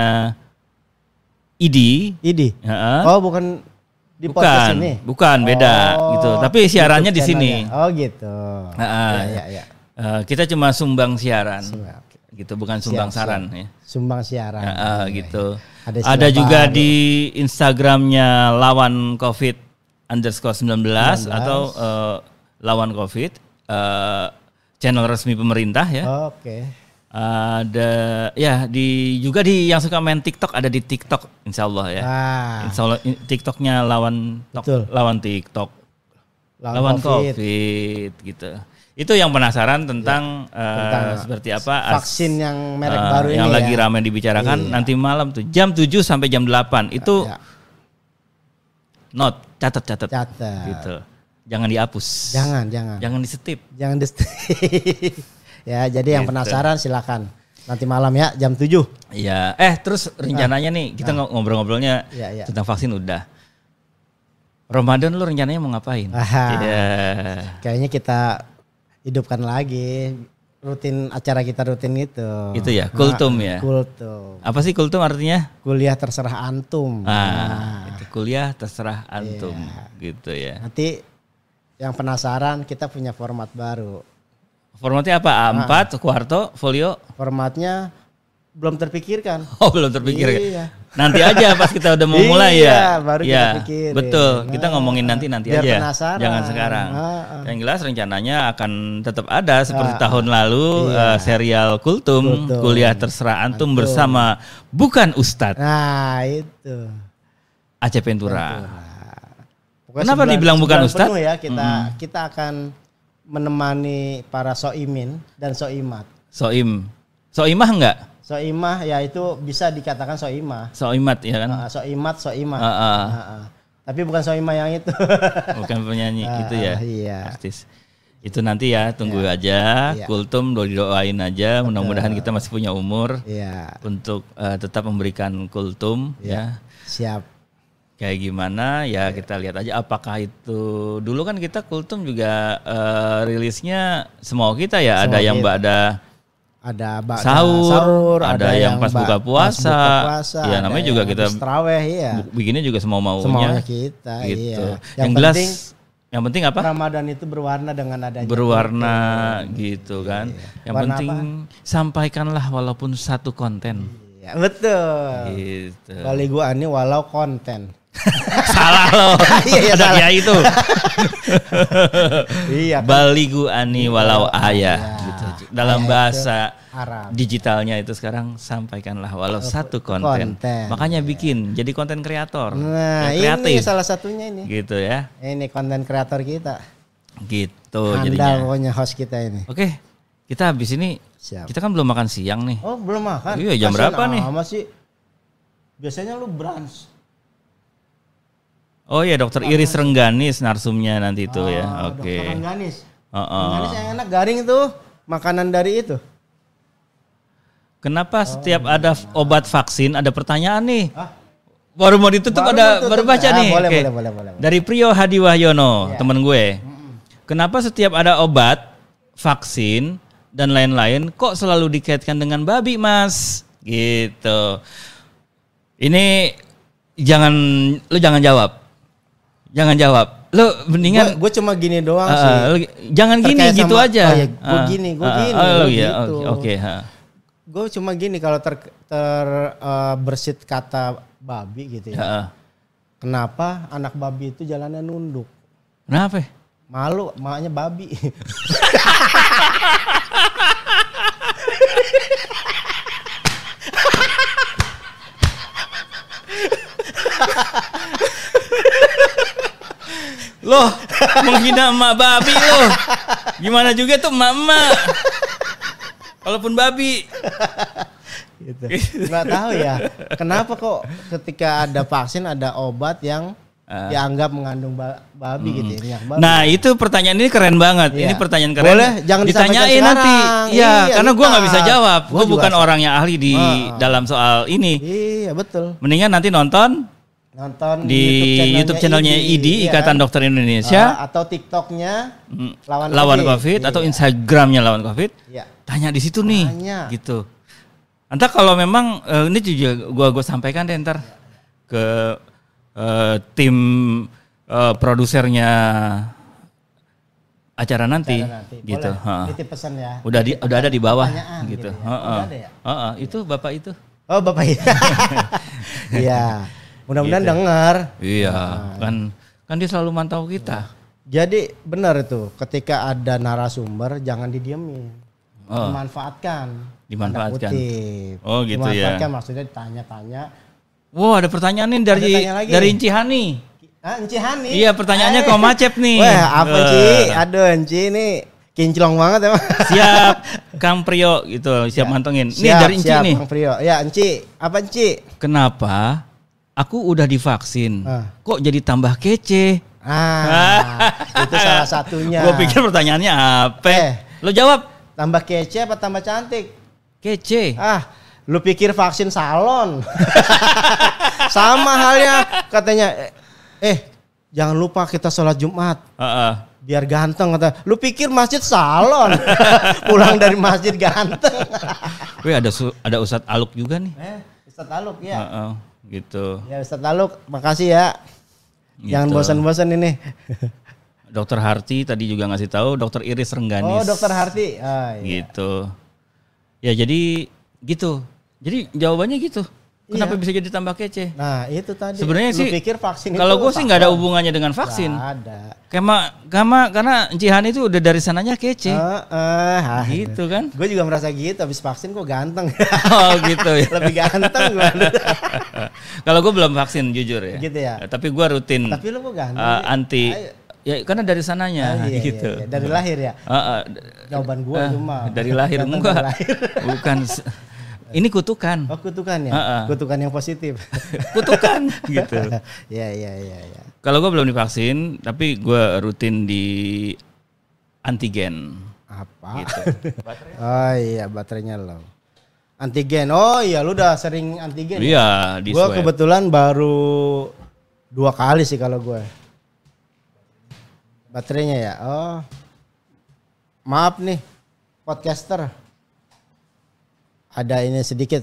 [SPEAKER 2] I D.
[SPEAKER 1] I D.
[SPEAKER 2] Ya.
[SPEAKER 1] Oh bukan di
[SPEAKER 2] bukan,
[SPEAKER 1] podcast ini.
[SPEAKER 2] Bukan beda
[SPEAKER 1] oh,
[SPEAKER 2] gitu. Tapi siarannya di sini.
[SPEAKER 1] Oh gitu.
[SPEAKER 2] Nah,
[SPEAKER 1] ya, ya, ya.
[SPEAKER 2] Uh, kita cuma sumbang siaran.
[SPEAKER 1] Siap.
[SPEAKER 2] Gitu bukan sumbang siap, siap. saran ya.
[SPEAKER 1] Sumbang siaran.
[SPEAKER 2] Uh, uh, gitu.
[SPEAKER 1] Ada,
[SPEAKER 2] Ada juga baru. Di Instagramnya lawan covid underscore sembilan belas atau uh, lawan covid uh, channel resmi pemerintah ya.
[SPEAKER 1] Oh, Oke. Okay.
[SPEAKER 2] Ada ya di juga di yang suka main TikTok ada di TikTok insya Allah ya.
[SPEAKER 1] Ah.
[SPEAKER 2] Insya Allah TikToknya lawan tok, lawan TikTok lawan, lawan COVID. COVID gitu. Itu yang penasaran tentang, ya, uh, tentang seperti apa
[SPEAKER 1] vaksin as, yang merek uh, baru
[SPEAKER 2] yang
[SPEAKER 1] ini
[SPEAKER 2] lagi
[SPEAKER 1] ya.
[SPEAKER 2] ramai dibicarakan iya. Nanti malam tuh jam tujuh sampai jam delapan itu ya. Note catat catat
[SPEAKER 1] catat
[SPEAKER 2] gitu. Jangan dihapus.
[SPEAKER 1] Jangan jangan.
[SPEAKER 2] Jangan disetip.
[SPEAKER 1] Jangan disetip. Ya, jadi yang gitu. Penasaran silakan. Nanti malam ya jam tujuh.
[SPEAKER 2] Iya. Eh, terus rencananya nah, nih kita nah. ngobrol-ngobrolnya ya, ya. tentang vaksin udah. Ramadan lu rencananya mau ngapain? Iya.
[SPEAKER 1] Kayaknya kita hidupkan lagi rutin acara kita rutin itu.
[SPEAKER 2] Itu ya, kultum nah, ya.
[SPEAKER 1] Kultum.
[SPEAKER 2] Apa sih kultum artinya?
[SPEAKER 1] Kuliah terserah antum.
[SPEAKER 2] Ah, nah. Itu kuliah terserah antum, iya. Gitu ya.
[SPEAKER 1] Nanti yang penasaran kita punya format baru.
[SPEAKER 2] Formatnya apa? A empat, nah. Kuarto, folio?
[SPEAKER 1] Formatnya belum terpikirkan.
[SPEAKER 2] Oh, belum terpikirkan. Iya. Nanti aja pas kita udah mau mulai
[SPEAKER 1] iya, ya. baru
[SPEAKER 2] ya,
[SPEAKER 1] kita pikirin.
[SPEAKER 2] Betul. Kita nah, ngomongin nanti-nanti aja.
[SPEAKER 1] Penasaran.
[SPEAKER 2] Jangan sekarang.
[SPEAKER 1] Nah,
[SPEAKER 2] Yang jelas rencananya akan tetap ada seperti nah, tahun lalu iya. uh, serial Kultum, Kultum, Kuliah Terserah Antum, Antum bersama Bukan Ustadz.
[SPEAKER 1] Nah, itu.
[SPEAKER 2] Aceh Ventura. Kenapa sebulan, dibilang bukan Ustadz?
[SPEAKER 1] Ya, kita hmm. kita akan menemani para soimin dan soimat.
[SPEAKER 2] Soim. Soimah enggak?
[SPEAKER 1] Soimah ya itu bisa dikatakan soimah.
[SPEAKER 2] Soimat ya kan?
[SPEAKER 1] Uh, soimat, soimah.
[SPEAKER 2] Uh, uh.
[SPEAKER 1] Uh, uh. Tapi bukan soimah yang itu.
[SPEAKER 2] Bukan penyanyi uh, itu ya.
[SPEAKER 1] Iya.
[SPEAKER 2] Artis. Itu nanti ya tunggu yeah. aja. Yeah. Kultum doain aja. Mudah-mudahan kita masih punya umur
[SPEAKER 1] yeah. untuk
[SPEAKER 2] uh, tetap memberikan kultum yeah. ya.
[SPEAKER 1] Siap.
[SPEAKER 2] Kayak gimana ya yeah. kita lihat aja apakah itu dulu kan kita kultum juga uh, rilisnya semua kita ya. Semua ada yang mbak ada
[SPEAKER 1] ada bak-
[SPEAKER 2] sahur,
[SPEAKER 1] sahur,
[SPEAKER 2] ada, ada yang, yang pas buka puasa, pas buka
[SPEAKER 1] puasa
[SPEAKER 2] ya namanya juga kita
[SPEAKER 1] terawih ya.
[SPEAKER 2] Bikinnya juga semau maunya.
[SPEAKER 1] Semaunya kita,
[SPEAKER 2] gitu.
[SPEAKER 1] Iya.
[SPEAKER 2] Yang, yang jelas, yang penting apa?
[SPEAKER 1] Ramadan itu berwarna dengan adanya.
[SPEAKER 2] Berwarna gitu, gitu kan. Iya. Yang warna penting apa? Sampaikanlah walaupun satu konten.
[SPEAKER 1] Iya, betul.
[SPEAKER 2] Gitu.
[SPEAKER 1] Bali gua ani walau konten.
[SPEAKER 2] Salah loh.
[SPEAKER 1] Iya, iya,
[SPEAKER 2] ada dia itu.
[SPEAKER 1] Iya. Kan?
[SPEAKER 2] Baligu ani walau ayah
[SPEAKER 1] iya.
[SPEAKER 2] gitu. Dalam ayah bahasa
[SPEAKER 1] Arab.
[SPEAKER 2] Digitalnya itu sekarang sampaikanlah walau satu konten. konten. Makanya bikin jadi konten kreator.
[SPEAKER 1] Nah,
[SPEAKER 2] ya,
[SPEAKER 1] ini salah satunya ini.
[SPEAKER 2] Gitu ya.
[SPEAKER 1] Ini konten kreator kita.
[SPEAKER 2] Gitu
[SPEAKER 1] Handal
[SPEAKER 2] jadinya.
[SPEAKER 1] pokoknya host kita ini.
[SPEAKER 2] Oke. Kita habis ini Siap. Kita kan belum makan siang nih.
[SPEAKER 1] Oh, belum makan.
[SPEAKER 2] Iya, jam
[SPEAKER 1] Kasian
[SPEAKER 2] berapa nih?
[SPEAKER 1] Masih biasanya lu brunch.
[SPEAKER 2] Oh iya, Dokter Iris Rengganis narsumnya nanti itu oh, ya. Oke.
[SPEAKER 1] Dokter Rengganis.
[SPEAKER 2] Uh -uh.
[SPEAKER 1] Rengganis yang enak garing tuh, makanan dari itu.
[SPEAKER 2] Kenapa oh, setiap iya. ada obat vaksin ada pertanyaan nih?
[SPEAKER 1] Ah?
[SPEAKER 2] Baru mau ditutup baru ada baru baca
[SPEAKER 1] ah,
[SPEAKER 2] nih.
[SPEAKER 1] Boleh,
[SPEAKER 2] okay.
[SPEAKER 1] boleh, boleh, boleh.
[SPEAKER 2] Dari Prio Hadi Wahyono,
[SPEAKER 1] yeah.
[SPEAKER 2] temen gue. Mm-mm. Kenapa setiap ada obat, vaksin dan lain-lain kok selalu dikaitkan dengan babi, Mas? Gitu. Ini jangan lu jangan jawab. Jangan jawab. Lu mendingan
[SPEAKER 1] gue cuma gini doang
[SPEAKER 2] uh,
[SPEAKER 1] sih.
[SPEAKER 2] Lu, jangan gini gitu
[SPEAKER 1] sama,
[SPEAKER 2] aja.
[SPEAKER 1] Oh ya, gue uh, gini, gue uh, gini.
[SPEAKER 2] Oh, oh iya,
[SPEAKER 1] gitu.
[SPEAKER 2] oke. Okay, okay,
[SPEAKER 1] gue cuma gini kalau ter, ter uh, bersit kata babi gitu ya. Uh, Kenapa anak babi itu jalannya nunduk?
[SPEAKER 2] Kenapa?
[SPEAKER 1] Malu, makanya babi.
[SPEAKER 2] Loh, menghina emak babi loh. Gimana juga tuh emak-emak. Walaupun babi.
[SPEAKER 1] Gitu. Nggak tahu ya. Kenapa kok ketika ada vaksin ada obat yang uh. dianggap mengandung ba- babi hmm. gitu ya. Babi.
[SPEAKER 2] Nah, itu pertanyaan ini keren banget. Iya. Ini pertanyaan keren.
[SPEAKER 1] Boleh, jangan
[SPEAKER 2] ditanyain nanti. Iya,
[SPEAKER 1] iya,
[SPEAKER 2] karena gue nggak bisa jawab. Gue bukan
[SPEAKER 1] sama.
[SPEAKER 2] orang yang ahli di uh. dalam soal ini.
[SPEAKER 1] Iya, betul.
[SPEAKER 2] Mendingan nanti nonton
[SPEAKER 1] nonton
[SPEAKER 2] di YouTube channelnya I D, I D Ikatan iya, Dokter Indonesia,
[SPEAKER 1] uh, atau TikToknya
[SPEAKER 2] lawan, lawan COVID, COVID atau iya. Instagramnya lawan COVID.
[SPEAKER 1] Iya.
[SPEAKER 2] Tanya di situ nih,
[SPEAKER 1] Tanya.
[SPEAKER 2] gitu. Entar kalau memang uh, ini juga gua gua sampaikan deh ntar ke uh, tim uh, produsernya acara nanti, acara nanti.
[SPEAKER 1] Gitu. Titip pesan ya.
[SPEAKER 2] Udah di, udah ada di bawah, gitu.
[SPEAKER 1] gitu ya.
[SPEAKER 2] Uh-uh. Udah ada ya? Uh-uh. Itu bapak itu.
[SPEAKER 1] Oh bapak itu. Iya. Mudah-mudahan gitu. Dengar.
[SPEAKER 2] Iya, nah. kan kan dia selalu mantau kita.
[SPEAKER 1] Jadi benar itu, ketika ada narasumber jangan didiemin. Oh. Dimanfaatkan.
[SPEAKER 2] Dimanfaatkan. Oh gitu
[SPEAKER 1] Dimanfaatkan,
[SPEAKER 2] ya.
[SPEAKER 1] Dimanfaatkan maksudnya tanya-tanya.
[SPEAKER 2] Wow, ada pertanyaan nih dari dari Enci Hani.
[SPEAKER 1] Ah, Enci Hani.
[SPEAKER 2] Iya, pertanyaannya kok macet nih.
[SPEAKER 1] Wah, apa Enci? Uh. Aduh, Enci ini kinclong banget emang.
[SPEAKER 2] Siap, Kang Prio gitu, siap ya. Mantengin. Nih
[SPEAKER 1] siap,
[SPEAKER 2] dari Enci
[SPEAKER 1] siap,
[SPEAKER 2] nih.
[SPEAKER 1] Kang Prio. Ya, Enci. Apa Enci?
[SPEAKER 2] Kenapa aku udah divaksin,
[SPEAKER 1] ah.
[SPEAKER 2] kok jadi tambah kece?
[SPEAKER 1] Ah, itu salah satunya.
[SPEAKER 2] Gue pikir pertanyaannya apa?
[SPEAKER 1] Eh,
[SPEAKER 2] lo jawab.
[SPEAKER 1] Tambah kece apa tambah cantik?
[SPEAKER 2] Kece.
[SPEAKER 1] Ah, lu pikir vaksin salon? Sama halnya katanya. Eh, jangan lupa kita sholat Jumat.
[SPEAKER 2] Uh-uh.
[SPEAKER 1] Biar ganteng kata. Lu pikir masjid salon? Pulang dari masjid ganteng.
[SPEAKER 2] Wih ada su- ada Ustadz Aluk juga nih.
[SPEAKER 1] Eh, Ustadz Aluk ya.
[SPEAKER 2] Uh-uh. Gitu.
[SPEAKER 1] Ya Ustadz Aluk, makasih ya.
[SPEAKER 2] Gitu.
[SPEAKER 1] Jangan bosan-bosan ini.
[SPEAKER 2] Dokter Harti tadi juga ngasih tahu, Dokter Iris Rengganis.
[SPEAKER 1] Oh, Dokter Harti. Oh, iya.
[SPEAKER 2] Gitu. Ya jadi gitu. Jadi jawabannya gitu. Kenapa
[SPEAKER 1] Iya.
[SPEAKER 2] bisa jadi tambah kece?
[SPEAKER 1] Nah, itu tadi.
[SPEAKER 2] Sebenarnya
[SPEAKER 1] Lu
[SPEAKER 2] sih
[SPEAKER 1] pikir vaksin
[SPEAKER 2] kalau
[SPEAKER 1] itu
[SPEAKER 2] gue sih nggak ada
[SPEAKER 1] salon?
[SPEAKER 2] hubungannya dengan vaksin.
[SPEAKER 1] Nggak ada.
[SPEAKER 2] Kema, kama, karena Cihan itu udah dari sananya kece.
[SPEAKER 1] Uh, uh,
[SPEAKER 2] Gitu kan?
[SPEAKER 1] Gue juga merasa gitu. Habis vaksin kok ganteng.
[SPEAKER 2] Oh gitu ya.
[SPEAKER 1] Lebih ganteng gue.
[SPEAKER 2] Kalau gue belum vaksin jujur ya.
[SPEAKER 1] Gitu ya?
[SPEAKER 2] Tapi gue rutin
[SPEAKER 1] Tapi lu kok ganteng.
[SPEAKER 2] uh, anti.
[SPEAKER 1] Ayo.
[SPEAKER 2] Ya karena dari sananya
[SPEAKER 1] Ah, iya,
[SPEAKER 2] gitu.
[SPEAKER 1] iya, iya. Dari lahir ya?
[SPEAKER 2] Uh, uh,
[SPEAKER 1] Jawaban gue
[SPEAKER 2] uh,
[SPEAKER 1] cuma.
[SPEAKER 2] dari lahir
[SPEAKER 1] Ganteng
[SPEAKER 2] enggak.
[SPEAKER 1] dari lahir.
[SPEAKER 2] Bukan. Ini kutukan.
[SPEAKER 1] Oh, kutukan ya?
[SPEAKER 2] Uh-uh.
[SPEAKER 1] Kutukan yang positif.
[SPEAKER 2] Kutukan gitu.
[SPEAKER 1] Iya, iya, iya, iya.
[SPEAKER 2] Kalau gue belum divaksin, tapi gue rutin di antigen.
[SPEAKER 1] Apa?
[SPEAKER 2] Gitu.
[SPEAKER 1] Oh iya, baterainya low. Antigen. Oh iya, lu udah sering antigen.
[SPEAKER 2] Iya, di
[SPEAKER 1] Gue
[SPEAKER 2] swab.
[SPEAKER 1] kebetulan baru dua kali sih kalau gue. Baterainya ya. Oh. Maaf nih, podcaster. Ada ini sedikit.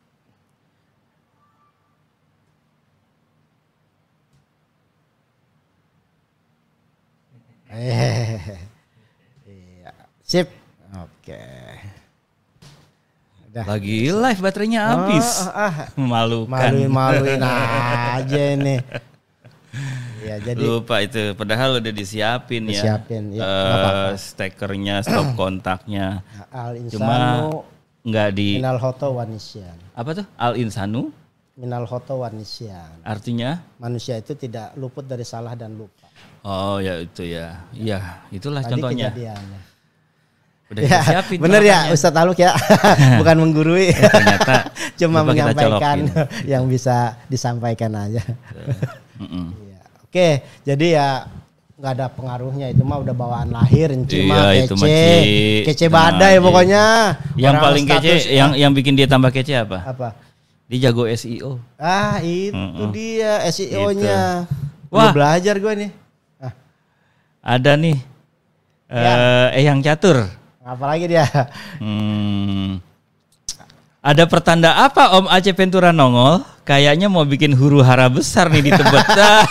[SPEAKER 1] Eh. Iya. Sip. Oke. Udah.
[SPEAKER 2] Lagi live baterainya habis.
[SPEAKER 1] Oh, ah, ah.
[SPEAKER 2] Memalukan.
[SPEAKER 1] Maluin-maluin aja nih. Ya jadi
[SPEAKER 2] Lupa itu, padahal udah disiapin ya.
[SPEAKER 1] Disiapin, ya,
[SPEAKER 2] Eh,
[SPEAKER 1] nggak apa-apa.
[SPEAKER 2] stekernya, stop kontaknya.
[SPEAKER 1] Al
[SPEAKER 2] Cuma
[SPEAKER 1] insanu
[SPEAKER 2] nggak di
[SPEAKER 1] minal hoto wanisyan.
[SPEAKER 2] apa tuh? Al insanu
[SPEAKER 1] Minal hoto wanisyan.
[SPEAKER 2] artinya?
[SPEAKER 1] Manusia itu tidak luput dari salah dan lupa.
[SPEAKER 2] Oh ya itu ya. Iya, itulah
[SPEAKER 1] Tadi
[SPEAKER 2] contohnya.
[SPEAKER 1] kejadiannya.
[SPEAKER 2] Udah
[SPEAKER 1] Ya,
[SPEAKER 2] disiapin.
[SPEAKER 1] bener ya
[SPEAKER 2] makanya.
[SPEAKER 1] Ustadz Aluk ya. Bukan menggurui.
[SPEAKER 2] Ternyata
[SPEAKER 1] Cuma
[SPEAKER 2] lupa kita
[SPEAKER 1] menyampaikan
[SPEAKER 2] colokin.
[SPEAKER 1] yang bisa disampaikan aja.
[SPEAKER 2] Mm-mm.
[SPEAKER 1] Iya. Oke, jadi ya nggak ada pengaruhnya, itu mah udah bawaan lahir,
[SPEAKER 2] Iya,
[SPEAKER 1] Enci mah
[SPEAKER 2] itu mah,
[SPEAKER 1] kece,
[SPEAKER 2] Ci.
[SPEAKER 1] kece
[SPEAKER 2] Tenang
[SPEAKER 1] badai
[SPEAKER 2] aja.
[SPEAKER 1] pokoknya.
[SPEAKER 2] Yang
[SPEAKER 1] Orang
[SPEAKER 2] paling kece,
[SPEAKER 1] status,
[SPEAKER 2] yang yang bikin dia tambah kece apa?
[SPEAKER 1] apa?
[SPEAKER 2] Dia jago S E O.
[SPEAKER 1] Ah itu
[SPEAKER 2] Mm-mm.
[SPEAKER 1] dia S E O-nya.
[SPEAKER 2] Gitu.
[SPEAKER 1] Wah
[SPEAKER 2] Wah.
[SPEAKER 1] belajar gue nih. Ah,
[SPEAKER 2] Ada nih.
[SPEAKER 1] Ya.
[SPEAKER 2] Eh, Eyang Catur.
[SPEAKER 1] apalagi dia?
[SPEAKER 2] Hmm. Ada pertanda apa Om Aceh Ventura nongol? Kayaknya mau bikin huru hara besar nih di Tebet.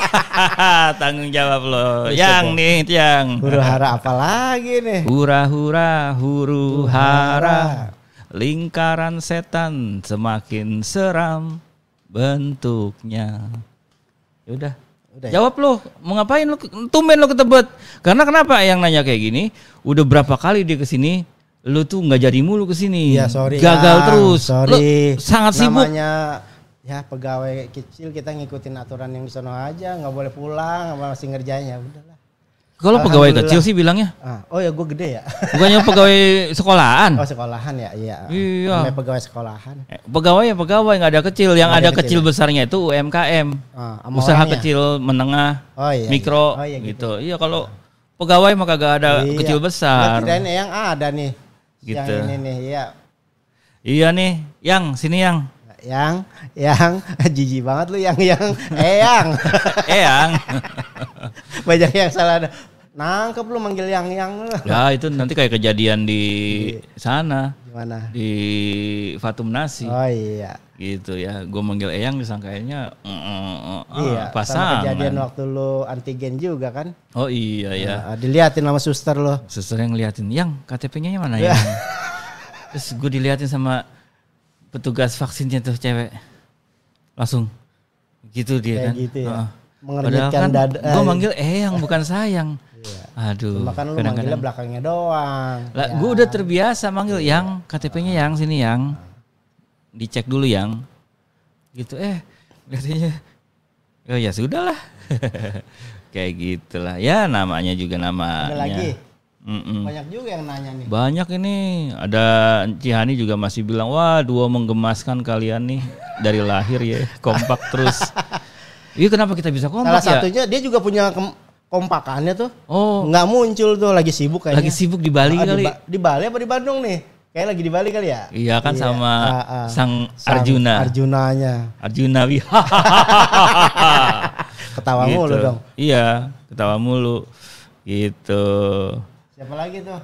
[SPEAKER 2] Tanggung jawab lo. Yang nih, yang.
[SPEAKER 1] Huru hara apalagi nih?
[SPEAKER 2] Hura hura huru hara. Lingkaran setan semakin seram bentuknya. Yaudah.
[SPEAKER 1] Udah ya?
[SPEAKER 2] Jawab lo, mau ngapain lo? Tumben lo ke Tebet. Karena kenapa yang nanya kayak gini? Udah berapa kali dia kesini, lo tuh nggak jadi mulu kesini.
[SPEAKER 1] Iya sorry.
[SPEAKER 2] Gagal
[SPEAKER 1] Yang.
[SPEAKER 2] terus.
[SPEAKER 1] Sorry.
[SPEAKER 2] Lo sangat sibuk.
[SPEAKER 1] Namanya ya pegawai kecil, kita ngikutin aturan yang di sono aja, nggak boleh pulang, masih ngerjain ya udahlah.
[SPEAKER 2] Kalau pegawai
[SPEAKER 1] Alhamdulillah.
[SPEAKER 2] kecil sih bilangnya.
[SPEAKER 1] Ah, oh ya gue gede ya.
[SPEAKER 2] Bukannya pegawai sekolahan.
[SPEAKER 1] Oh sekolahan ya, iya.
[SPEAKER 2] Iya.
[SPEAKER 1] Namanya pegawai sekolahan.
[SPEAKER 2] Eh, Pegawai ya pegawai, nggak ada kecil. Yang
[SPEAKER 1] Nggak
[SPEAKER 2] ada
[SPEAKER 1] ada
[SPEAKER 2] kecil
[SPEAKER 1] kecil.
[SPEAKER 2] besarnya itu U M K M.
[SPEAKER 1] Ah, sama
[SPEAKER 2] Usaha
[SPEAKER 1] orangnya.
[SPEAKER 2] kecil, menengah,
[SPEAKER 1] Oh iya.
[SPEAKER 2] mikro,
[SPEAKER 1] iya. Oh, iya,
[SPEAKER 2] gitu. Iya kalau pegawai mah kagak ada
[SPEAKER 1] Iya.
[SPEAKER 2] kecil besar.
[SPEAKER 1] Dan yang ada nih.
[SPEAKER 2] Gitu.
[SPEAKER 1] Yang ini nih, iya.
[SPEAKER 2] Iya nih, yang sini yang,
[SPEAKER 1] Yang, yang, jijik banget lu yang, yang, eh yang.
[SPEAKER 2] eh yang.
[SPEAKER 1] Banyak yang salah. Nangkep lu manggil yang, yang lu.
[SPEAKER 2] Ya itu nanti kayak kejadian di sana
[SPEAKER 1] Gimana?
[SPEAKER 2] di Fatum Nasi,
[SPEAKER 1] Oh iya.
[SPEAKER 2] gitu ya. Gue manggil Eyang disangkainnya mm, mm, mm,
[SPEAKER 1] Iya, sama
[SPEAKER 2] pasangan.
[SPEAKER 1] kejadian waktu lu antigen juga kan.
[SPEAKER 2] Oh iya ya.
[SPEAKER 1] Nah, diliatin sama suster lu.
[SPEAKER 2] Suster yang ngeliatin, yang K T P-nya mana ya? Terus gue diliatin sama petugas vaksinnya tuh cewek, langsung gitu dia
[SPEAKER 1] Kayak
[SPEAKER 2] kan.
[SPEAKER 1] gitu ya.
[SPEAKER 2] Heeh.
[SPEAKER 1] Mengernyitkan
[SPEAKER 2] Padahal kan
[SPEAKER 1] dada.
[SPEAKER 2] gue manggil Eyang bukan sayang.
[SPEAKER 1] Iya.
[SPEAKER 2] Aduh.
[SPEAKER 1] Cuma kan lu
[SPEAKER 2] kadang-kadang-
[SPEAKER 1] manggilnya belakangnya doang.
[SPEAKER 2] Lah,
[SPEAKER 1] Ya.
[SPEAKER 2] gue udah terbiasa manggil yang K T P-nya yang sini yang dicek dulu yang gitu eh lihatnya oh ya sudahlah kayak gitulah ya namanya juga namanya.
[SPEAKER 1] Ada lagi?
[SPEAKER 2] Mm-mm.
[SPEAKER 1] Banyak juga yang nanya nih.
[SPEAKER 2] Banyak ini ada Cihani juga masih bilang wah dua menggemaskan kalian nih dari lahir ya kompak terus. Iya kenapa kita bisa kompak
[SPEAKER 1] Salah
[SPEAKER 2] ya?
[SPEAKER 1] satunya dia juga punya kem- kompakannya tuh.
[SPEAKER 2] Oh
[SPEAKER 1] Nggak muncul tuh, lagi sibuk kayaknya.
[SPEAKER 2] lagi sibuk di Bali
[SPEAKER 1] Ah,
[SPEAKER 2] kali.
[SPEAKER 1] Di, Ba- di Bali apa di Bandung nih? Kayak lagi di Bali kali ya?
[SPEAKER 2] Iya kan sama
[SPEAKER 1] Ah, ah.
[SPEAKER 2] sang
[SPEAKER 1] Sang
[SPEAKER 2] Arjuna.
[SPEAKER 1] Arjunanya.
[SPEAKER 2] Arjuna Wi.
[SPEAKER 1] Ketawa
[SPEAKER 2] gitu.
[SPEAKER 1] mulu dong.
[SPEAKER 2] Iya, ketawa mulu. Gitu.
[SPEAKER 1] Siapa lagi tuh?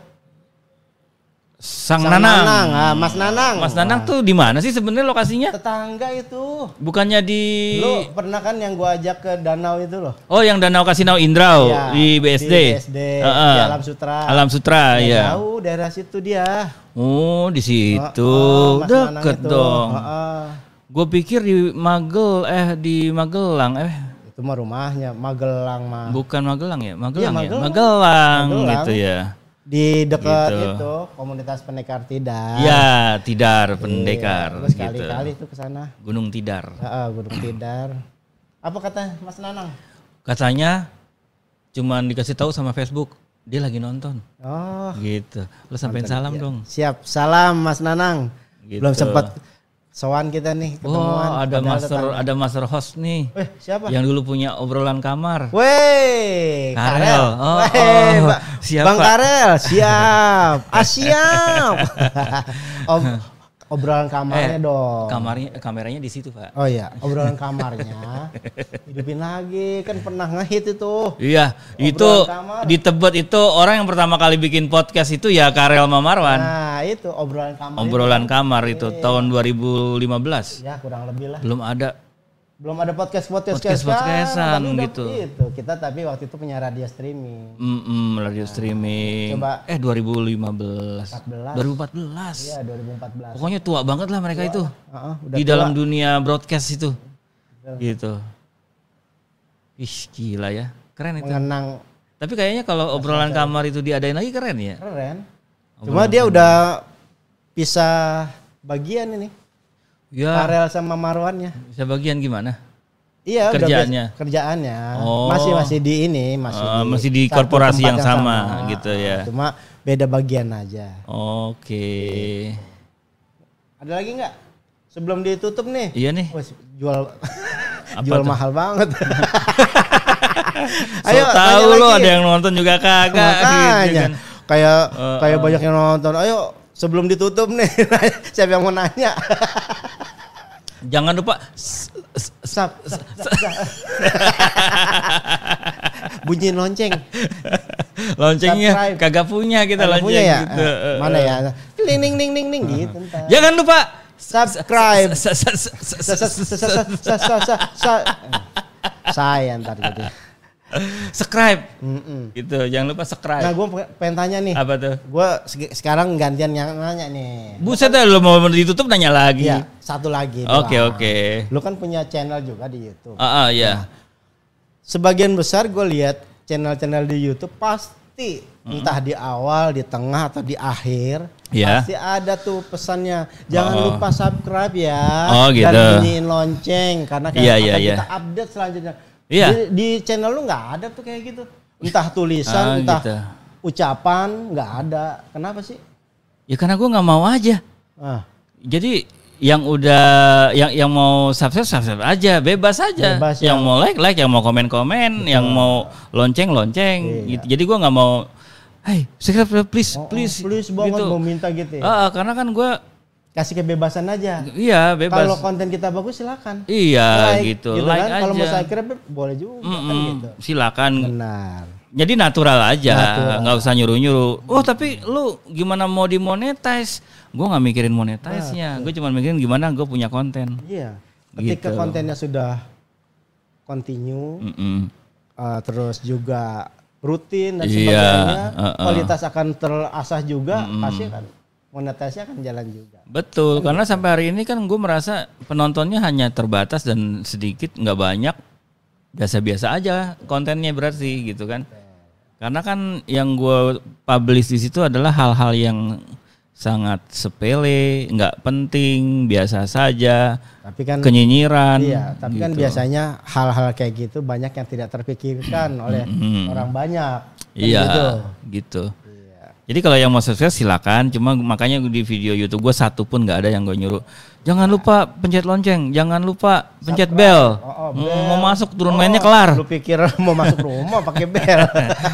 [SPEAKER 2] Sang,
[SPEAKER 1] Sang
[SPEAKER 2] Nanang.
[SPEAKER 1] Nanang, ah, Mas Nanang.
[SPEAKER 2] Mas Nanang
[SPEAKER 1] Wah.
[SPEAKER 2] tuh di mana sih sebenarnya lokasinya?
[SPEAKER 1] Tetangga itu.
[SPEAKER 2] Bukannya di
[SPEAKER 1] Lu pernah kan yang gua ajak ke danau itu loh?
[SPEAKER 2] Oh, yang Danau Kasinau Indrau
[SPEAKER 1] Iya,
[SPEAKER 2] di B S D.
[SPEAKER 1] Di B S D,
[SPEAKER 2] Heeh.
[SPEAKER 1] di Alam Sutra.
[SPEAKER 2] Alam Sutra,
[SPEAKER 1] Nggak
[SPEAKER 2] ya.
[SPEAKER 1] Jauh daerah situ dia.
[SPEAKER 2] Oh, di situ.
[SPEAKER 1] Oh, oh, Mas Nanang
[SPEAKER 2] Deket
[SPEAKER 1] itu.
[SPEAKER 2] dong.
[SPEAKER 1] Oh, oh.
[SPEAKER 2] Gue pikir di Magel eh di Magelang eh
[SPEAKER 1] Itu mah rumahnya Magelang mah.
[SPEAKER 2] bukan Magelang ya? Magelang
[SPEAKER 1] Iya,
[SPEAKER 2] ya?
[SPEAKER 1] Magelang.
[SPEAKER 2] Magelang,
[SPEAKER 1] Magelang.
[SPEAKER 2] gitu ya.
[SPEAKER 1] Di dekat
[SPEAKER 2] Gitu.
[SPEAKER 1] itu komunitas pendekar Tidar.
[SPEAKER 2] Iya, Tidar Pendekar
[SPEAKER 1] Terus
[SPEAKER 2] gitu.
[SPEAKER 1] kali-kali tuh ke sana.
[SPEAKER 2] Gunung Tidar.
[SPEAKER 1] Heeh, Gunung Tidar. Apa kata Mas Nanang?
[SPEAKER 2] Katanya cuman dikasih tahu sama Facebook, dia lagi nonton.
[SPEAKER 1] Oh,
[SPEAKER 2] Gitu. Lu sampein salam dong.
[SPEAKER 1] siap. Salam Mas Nanang.
[SPEAKER 2] Gitu.
[SPEAKER 1] Belum sempat sowan kita nih ketemuan.
[SPEAKER 2] Oh, ada
[SPEAKER 1] Padahal
[SPEAKER 2] master
[SPEAKER 1] tetangga.
[SPEAKER 2] ada master host nih.
[SPEAKER 1] Eh, siapa?
[SPEAKER 2] Yang dulu punya obrolan kamar.
[SPEAKER 1] Wey,
[SPEAKER 2] Karel. Oh,
[SPEAKER 1] Wey,
[SPEAKER 2] oh.
[SPEAKER 1] Ba-
[SPEAKER 2] Siapa?
[SPEAKER 1] Bang Karel, siap. Ah, siap. Ob- obrolan kamarnya
[SPEAKER 2] Eh,
[SPEAKER 1] dong.
[SPEAKER 2] Kamarnya kameranya di situ, Pak.
[SPEAKER 1] Oh iya, obrolan kamarnya hidupin lagi, kan pernah ngehit itu.
[SPEAKER 2] Iya, itu
[SPEAKER 1] Obrolan kamar.
[SPEAKER 2] di Tebet itu orang yang pertama kali bikin podcast itu ya Karel Mamarwan.
[SPEAKER 1] Nah, itu obrolan kamar.
[SPEAKER 2] Obrolan
[SPEAKER 1] itu.
[SPEAKER 2] kamar itu tahun dua ribu lima belas.
[SPEAKER 1] Ya, kurang lebih lah.
[SPEAKER 2] Belum ada.
[SPEAKER 1] Belum ada podcast-podcast
[SPEAKER 2] Podcast-podcastan
[SPEAKER 1] kan, tapi udah
[SPEAKER 2] gitu.
[SPEAKER 1] Itu kita tapi waktu itu punya radio streaming.
[SPEAKER 2] Mm-mm, radio streaming.
[SPEAKER 1] coba-
[SPEAKER 2] eh dua ribu lima belas.
[SPEAKER 1] empat belas.
[SPEAKER 2] dua ribu empat belas.
[SPEAKER 1] Iya, dua ribu empat belas.
[SPEAKER 2] Pokoknya tua banget lah mereka itu.
[SPEAKER 1] Heeh, udah
[SPEAKER 2] Di
[SPEAKER 1] tua.
[SPEAKER 2] dalam dunia broadcast itu. Gitu. Ih, gila ya. Keren itu.
[SPEAKER 1] mengenang
[SPEAKER 2] Tapi kayaknya kalau obrolan kamar itu diadain lagi keren ya.
[SPEAKER 1] keren. Cuma dia udah pisah bagian ini.
[SPEAKER 2] Ya,
[SPEAKER 1] Karel sama Marwannya.
[SPEAKER 2] bisa bagian gimana?
[SPEAKER 1] Iya, udah
[SPEAKER 2] Kerjaannya?
[SPEAKER 1] biasa- kerjaannya.
[SPEAKER 2] Oh.
[SPEAKER 1] Masih masih di ini, masih
[SPEAKER 2] Oh, masih di
[SPEAKER 1] satu
[SPEAKER 2] korporasi
[SPEAKER 1] tempat
[SPEAKER 2] yang sama, gitu ya.
[SPEAKER 1] Cuma beda bagian aja.
[SPEAKER 2] Oke.
[SPEAKER 1] Ada lagi nggak? Sebelum ditutup nih.
[SPEAKER 2] Iya nih.
[SPEAKER 1] Wes, jual
[SPEAKER 2] Apa
[SPEAKER 1] jual
[SPEAKER 2] tuh?
[SPEAKER 1] mahal banget.
[SPEAKER 2] Ayo, tahu
[SPEAKER 1] tanya
[SPEAKER 2] lo
[SPEAKER 1] lagi.
[SPEAKER 2] ada yang nonton juga kagak gitu
[SPEAKER 1] Makanya
[SPEAKER 2] kan.
[SPEAKER 1] kayak
[SPEAKER 2] Uh,
[SPEAKER 1] kayak
[SPEAKER 2] uh.
[SPEAKER 1] banyak yang nonton. Ayo sebelum ditutup nih, siapa yang mau nanya?
[SPEAKER 2] Jangan lupa s- s-
[SPEAKER 1] Sap, sap, sap, sap. Bunyiin lonceng.
[SPEAKER 2] loncengnya
[SPEAKER 1] Subscribe.
[SPEAKER 2] kagak punya kita
[SPEAKER 1] Kalau
[SPEAKER 2] lonceng
[SPEAKER 1] punya ya?
[SPEAKER 2] gitu.
[SPEAKER 1] Eh,
[SPEAKER 2] Eh,
[SPEAKER 1] Mana
[SPEAKER 2] eh.
[SPEAKER 1] ya? Ning ning ning ning ning gitu. ntar.
[SPEAKER 2] Jangan lupa
[SPEAKER 1] Subscribe.
[SPEAKER 2] S- s- s- s-
[SPEAKER 1] Sa- sa- sa- sa- sa- sa- sa- sa- Saya ntar gitu.
[SPEAKER 2] subscribe
[SPEAKER 1] Mm-mm.
[SPEAKER 2] gitu. Jangan lupa subscribe.
[SPEAKER 1] Nah, gue pengen tanya nih.
[SPEAKER 2] Apa tuh?
[SPEAKER 1] Gue sekarang gantian yang nanya nih.
[SPEAKER 2] Buset dah lo mau ditutup nanya lagi.
[SPEAKER 1] Iya, satu lagi.
[SPEAKER 2] Oke,
[SPEAKER 1] doang.
[SPEAKER 2] oke.
[SPEAKER 1] Lu kan punya channel juga di YouTube.
[SPEAKER 2] Ah, ah, ya.
[SPEAKER 1] Sebagian besar gue lihat channel-channel di YouTube pasti entah di awal, di tengah atau di akhir
[SPEAKER 2] Iya.
[SPEAKER 1] pasti ada tuh pesannya. Jangan
[SPEAKER 2] Oh.
[SPEAKER 1] lupa subscribe ya.
[SPEAKER 2] Oh, gitu.
[SPEAKER 1] Dan bunyiin lonceng karena kayak
[SPEAKER 2] Iya,
[SPEAKER 1] akan
[SPEAKER 2] iya, iya.
[SPEAKER 1] kita update selanjutnya.
[SPEAKER 2] Iya.
[SPEAKER 1] Di, di channel lu nggak ada tuh kayak gitu. Entah tulisan,
[SPEAKER 2] Ah,
[SPEAKER 1] entah
[SPEAKER 2] gitu.
[SPEAKER 1] ucapan, nggak ada. Kenapa sih?
[SPEAKER 2] Ya karena gue nggak mau aja.
[SPEAKER 1] Ah,
[SPEAKER 2] Jadi yang udah yang yang mau subscribe subscribe aja, bebas aja.
[SPEAKER 1] Bebas,
[SPEAKER 2] yang
[SPEAKER 1] yang-
[SPEAKER 2] mau like like, yang mau komen komen, yang mau lonceng lonceng.
[SPEAKER 1] Iya.
[SPEAKER 2] Gitu. Jadi gue nggak mau, hey subscribe please
[SPEAKER 1] oh, oh,
[SPEAKER 2] please.
[SPEAKER 1] please banget
[SPEAKER 2] gitu.
[SPEAKER 1] mau minta gitu ya.
[SPEAKER 2] Ah, ah, karena kan gue
[SPEAKER 1] Kasih kebebasan aja.
[SPEAKER 2] iya bebas.
[SPEAKER 1] Kalau konten kita bagus silakan.
[SPEAKER 2] Iya
[SPEAKER 1] Like,
[SPEAKER 2] gitu, like
[SPEAKER 1] kan? Kalau mau
[SPEAKER 2] aja.
[SPEAKER 1] subscribe boleh juga kan
[SPEAKER 2] Mm-mm,
[SPEAKER 1] gitu.
[SPEAKER 2] silakan.
[SPEAKER 1] Benar.
[SPEAKER 2] Jadi natural aja,
[SPEAKER 1] Natural.
[SPEAKER 2] nggak usah nyuruh-nyuruh. Oh tapi lu gimana mau dimonetize? Gue nggak mikirin monetize-nya, gue cuma mikirin gimana gue punya konten.
[SPEAKER 1] Iya. Ketika
[SPEAKER 2] Gitu.
[SPEAKER 1] kontennya sudah continue,
[SPEAKER 2] Mm-mm.
[SPEAKER 1] uh, terus juga rutin dan
[SPEAKER 2] Iya,
[SPEAKER 1] sebagainya,
[SPEAKER 2] uh-uh.
[SPEAKER 1] kualitas akan terasah juga, pasti kan monetasnya akan jalan juga.
[SPEAKER 2] Betul, karena sampai hari ini kan gue merasa penontonnya hanya terbatas dan sedikit, nggak banyak, biasa-biasa aja kontennya berarti gitu kan. Karena kan yang gue publish di situ adalah hal-hal yang sangat sepele, nggak penting, biasa saja,
[SPEAKER 1] Tapi kan
[SPEAKER 2] kenyinyiran.
[SPEAKER 1] iya, tapi kan
[SPEAKER 2] gitu.
[SPEAKER 1] biasanya hal-hal kayak gitu banyak yang tidak terpikirkan oleh
[SPEAKER 2] Mm-mm.
[SPEAKER 1] orang banyak. Kan
[SPEAKER 2] Iya,
[SPEAKER 1] gitu.
[SPEAKER 2] gitu.
[SPEAKER 1] Iya.
[SPEAKER 2] Jadi kalau yang mau subscribe silakan, cuma makanya di video YouTube gue satu pun nggak ada yang gue nyuruh. Jangan lupa pencet lonceng, jangan lupa pencet bel.
[SPEAKER 1] Oh, oh,
[SPEAKER 2] Hmm,
[SPEAKER 1] bel.
[SPEAKER 2] Mau masuk turun
[SPEAKER 1] Oh,
[SPEAKER 2] mainnya kelar.
[SPEAKER 1] Lu pikir mau masuk rumah pakai bel.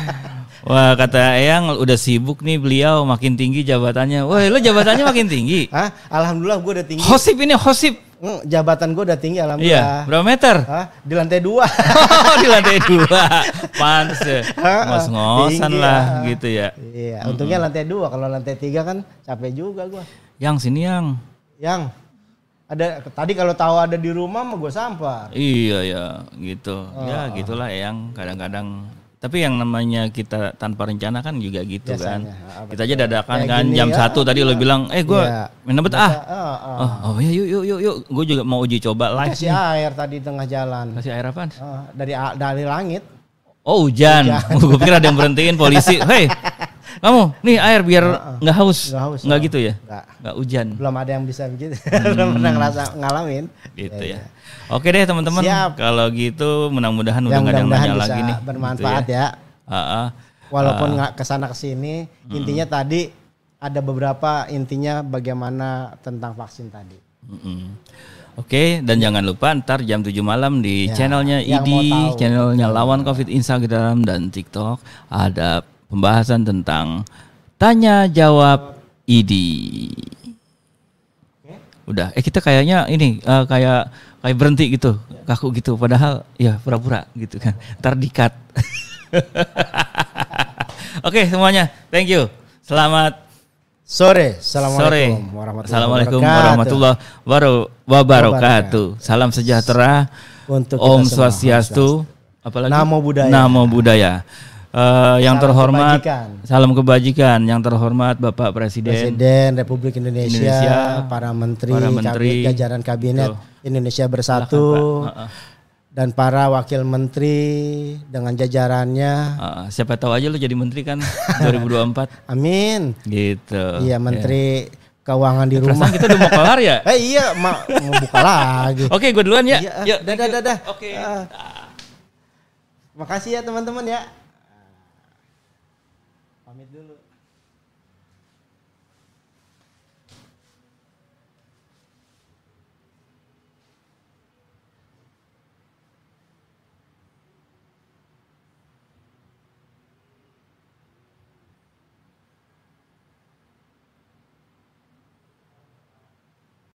[SPEAKER 2] Wah kata Eyang udah sibuk nih beliau makin tinggi jabatannya. Woi lu jabatannya makin tinggi.
[SPEAKER 1] Hah? Alhamdulillah gue udah tinggi.
[SPEAKER 2] Hosip ini hosip.
[SPEAKER 1] Hmm, jabatan gue udah tinggi
[SPEAKER 2] Iya,
[SPEAKER 1] alhamdulillah.
[SPEAKER 2] berapa meter?
[SPEAKER 1] Hah? Di lantai dua.
[SPEAKER 2] Oh, di lantai dua. Pantes ya. Ngos-ngosan
[SPEAKER 1] Tinggi,
[SPEAKER 2] lah
[SPEAKER 1] ya.
[SPEAKER 2] gitu ya.
[SPEAKER 1] Iya, untungnya lantai dua. Kalau lantai tiga kan capek juga gue.
[SPEAKER 2] Yang sini yang.
[SPEAKER 1] Yang ada tadi kalau tahu ada di rumah mah gue sampar.
[SPEAKER 2] Iya ya, gitu.
[SPEAKER 1] Oh,
[SPEAKER 2] ya gitulah yang kadang-kadang. Tapi yang namanya kita tanpa rencana kan juga gitu.
[SPEAKER 1] Biasanya,
[SPEAKER 2] kan.
[SPEAKER 1] ah,
[SPEAKER 2] Kita aja dadakan
[SPEAKER 1] Kayak
[SPEAKER 2] kan
[SPEAKER 1] gini
[SPEAKER 2] jam
[SPEAKER 1] ya,
[SPEAKER 2] satu tadi lo bilang, eh gue
[SPEAKER 1] Iya.
[SPEAKER 2] main nebet
[SPEAKER 1] Biasa,
[SPEAKER 2] ah.
[SPEAKER 1] ah, ah.
[SPEAKER 2] Oh, oh ya yuk yuk yuk yuk. Gue juga mau uji coba live
[SPEAKER 1] Kasih
[SPEAKER 2] nih.
[SPEAKER 1] air tadi di tengah jalan.
[SPEAKER 2] Kasih air apaan?
[SPEAKER 1] Ah, dari dari langit.
[SPEAKER 2] Oh hujan. Gue pikir ada yang berhentiin polisi. Hei, kamu nih air biar nggak haus.
[SPEAKER 1] Nggak haus,
[SPEAKER 2] Nggak
[SPEAKER 1] ah.
[SPEAKER 2] gitu ya?
[SPEAKER 1] Nggak.
[SPEAKER 2] Nggak hujan.
[SPEAKER 1] Belum ada yang bisa begitu. Belum pernah ngerasa ngalamin.
[SPEAKER 2] Gitu
[SPEAKER 1] Ya,
[SPEAKER 2] ya. Oke deh teman-teman.
[SPEAKER 1] Siap.
[SPEAKER 2] Kalau gitu mudah-mudahan udah
[SPEAKER 1] Yang
[SPEAKER 2] nggak ada yang
[SPEAKER 1] mudah-mudahan
[SPEAKER 2] nanya
[SPEAKER 1] bisa
[SPEAKER 2] lagi nih.
[SPEAKER 1] bermanfaat
[SPEAKER 2] Gitu
[SPEAKER 1] ya.
[SPEAKER 2] Ah, ah.
[SPEAKER 1] Walaupun nggak kesana kesini, intinya tadi ada beberapa intinya bagaimana tentang vaksin tadi.
[SPEAKER 2] Mm-mm. Oke, dan jangan lupa ntar jam tujuh malam di
[SPEAKER 1] Ya,
[SPEAKER 2] channelnya
[SPEAKER 1] yang
[SPEAKER 2] I D,
[SPEAKER 1] mau tahu.
[SPEAKER 2] channelnya Lawan Covid Instagram dan TikTok ada pembahasan tentang tanya jawab I D. Udah, eh kita kayaknya ini eh, kayak kayak berhenti gitu, kaku gitu. Padahal ya pura-pura gitu kan. Ntar di-cut. Oke semuanya, thank you. Selamat
[SPEAKER 1] Sore,
[SPEAKER 2] sore.
[SPEAKER 1] assalamualaikum warahmatullahi
[SPEAKER 2] Assalamualaikum
[SPEAKER 1] wabarakatuh.
[SPEAKER 2] warahmatullahi wabaru- wabarakatuh. Salam sejahtera.
[SPEAKER 1] Untuk kita
[SPEAKER 2] Om
[SPEAKER 1] semua.
[SPEAKER 2] Swastiastu. Apalagi?
[SPEAKER 1] Namo Buddhaya.
[SPEAKER 2] Namo Buddhaya. Eh, yang
[SPEAKER 1] Salam
[SPEAKER 2] terhormat,
[SPEAKER 1] kebajikan.
[SPEAKER 2] salam kebajikan. Yang terhormat Bapak Presiden,
[SPEAKER 1] Presiden Republik Indonesia,
[SPEAKER 2] Indonesia,
[SPEAKER 1] para menteri,
[SPEAKER 2] para menteri,
[SPEAKER 1] kabi- jajaran kabinet
[SPEAKER 2] Betul.
[SPEAKER 1] Indonesia Bersatu,
[SPEAKER 2] Silakan, Pak. Heeh.
[SPEAKER 1] dan para wakil menteri dengan jajarannya.
[SPEAKER 2] Eh, siapa tahu aja lu jadi menteri kan dua ribu dua puluh empat.
[SPEAKER 1] Amin.
[SPEAKER 2] Gitu.
[SPEAKER 1] Iya, menteri keuangan di
[SPEAKER 2] Ya.
[SPEAKER 1] rumah.
[SPEAKER 2] Perasaan kita udah mau kelar ya?
[SPEAKER 1] Eh iya, ma- mau buka lagi.
[SPEAKER 2] Oke, gue duluan ya.
[SPEAKER 1] Iya,
[SPEAKER 2] Yuk,
[SPEAKER 1] dadah,
[SPEAKER 2] thank you.
[SPEAKER 1] dadah.
[SPEAKER 2] Oke.
[SPEAKER 1] Ah. Makasih ya teman-teman ya. Pamit dulu.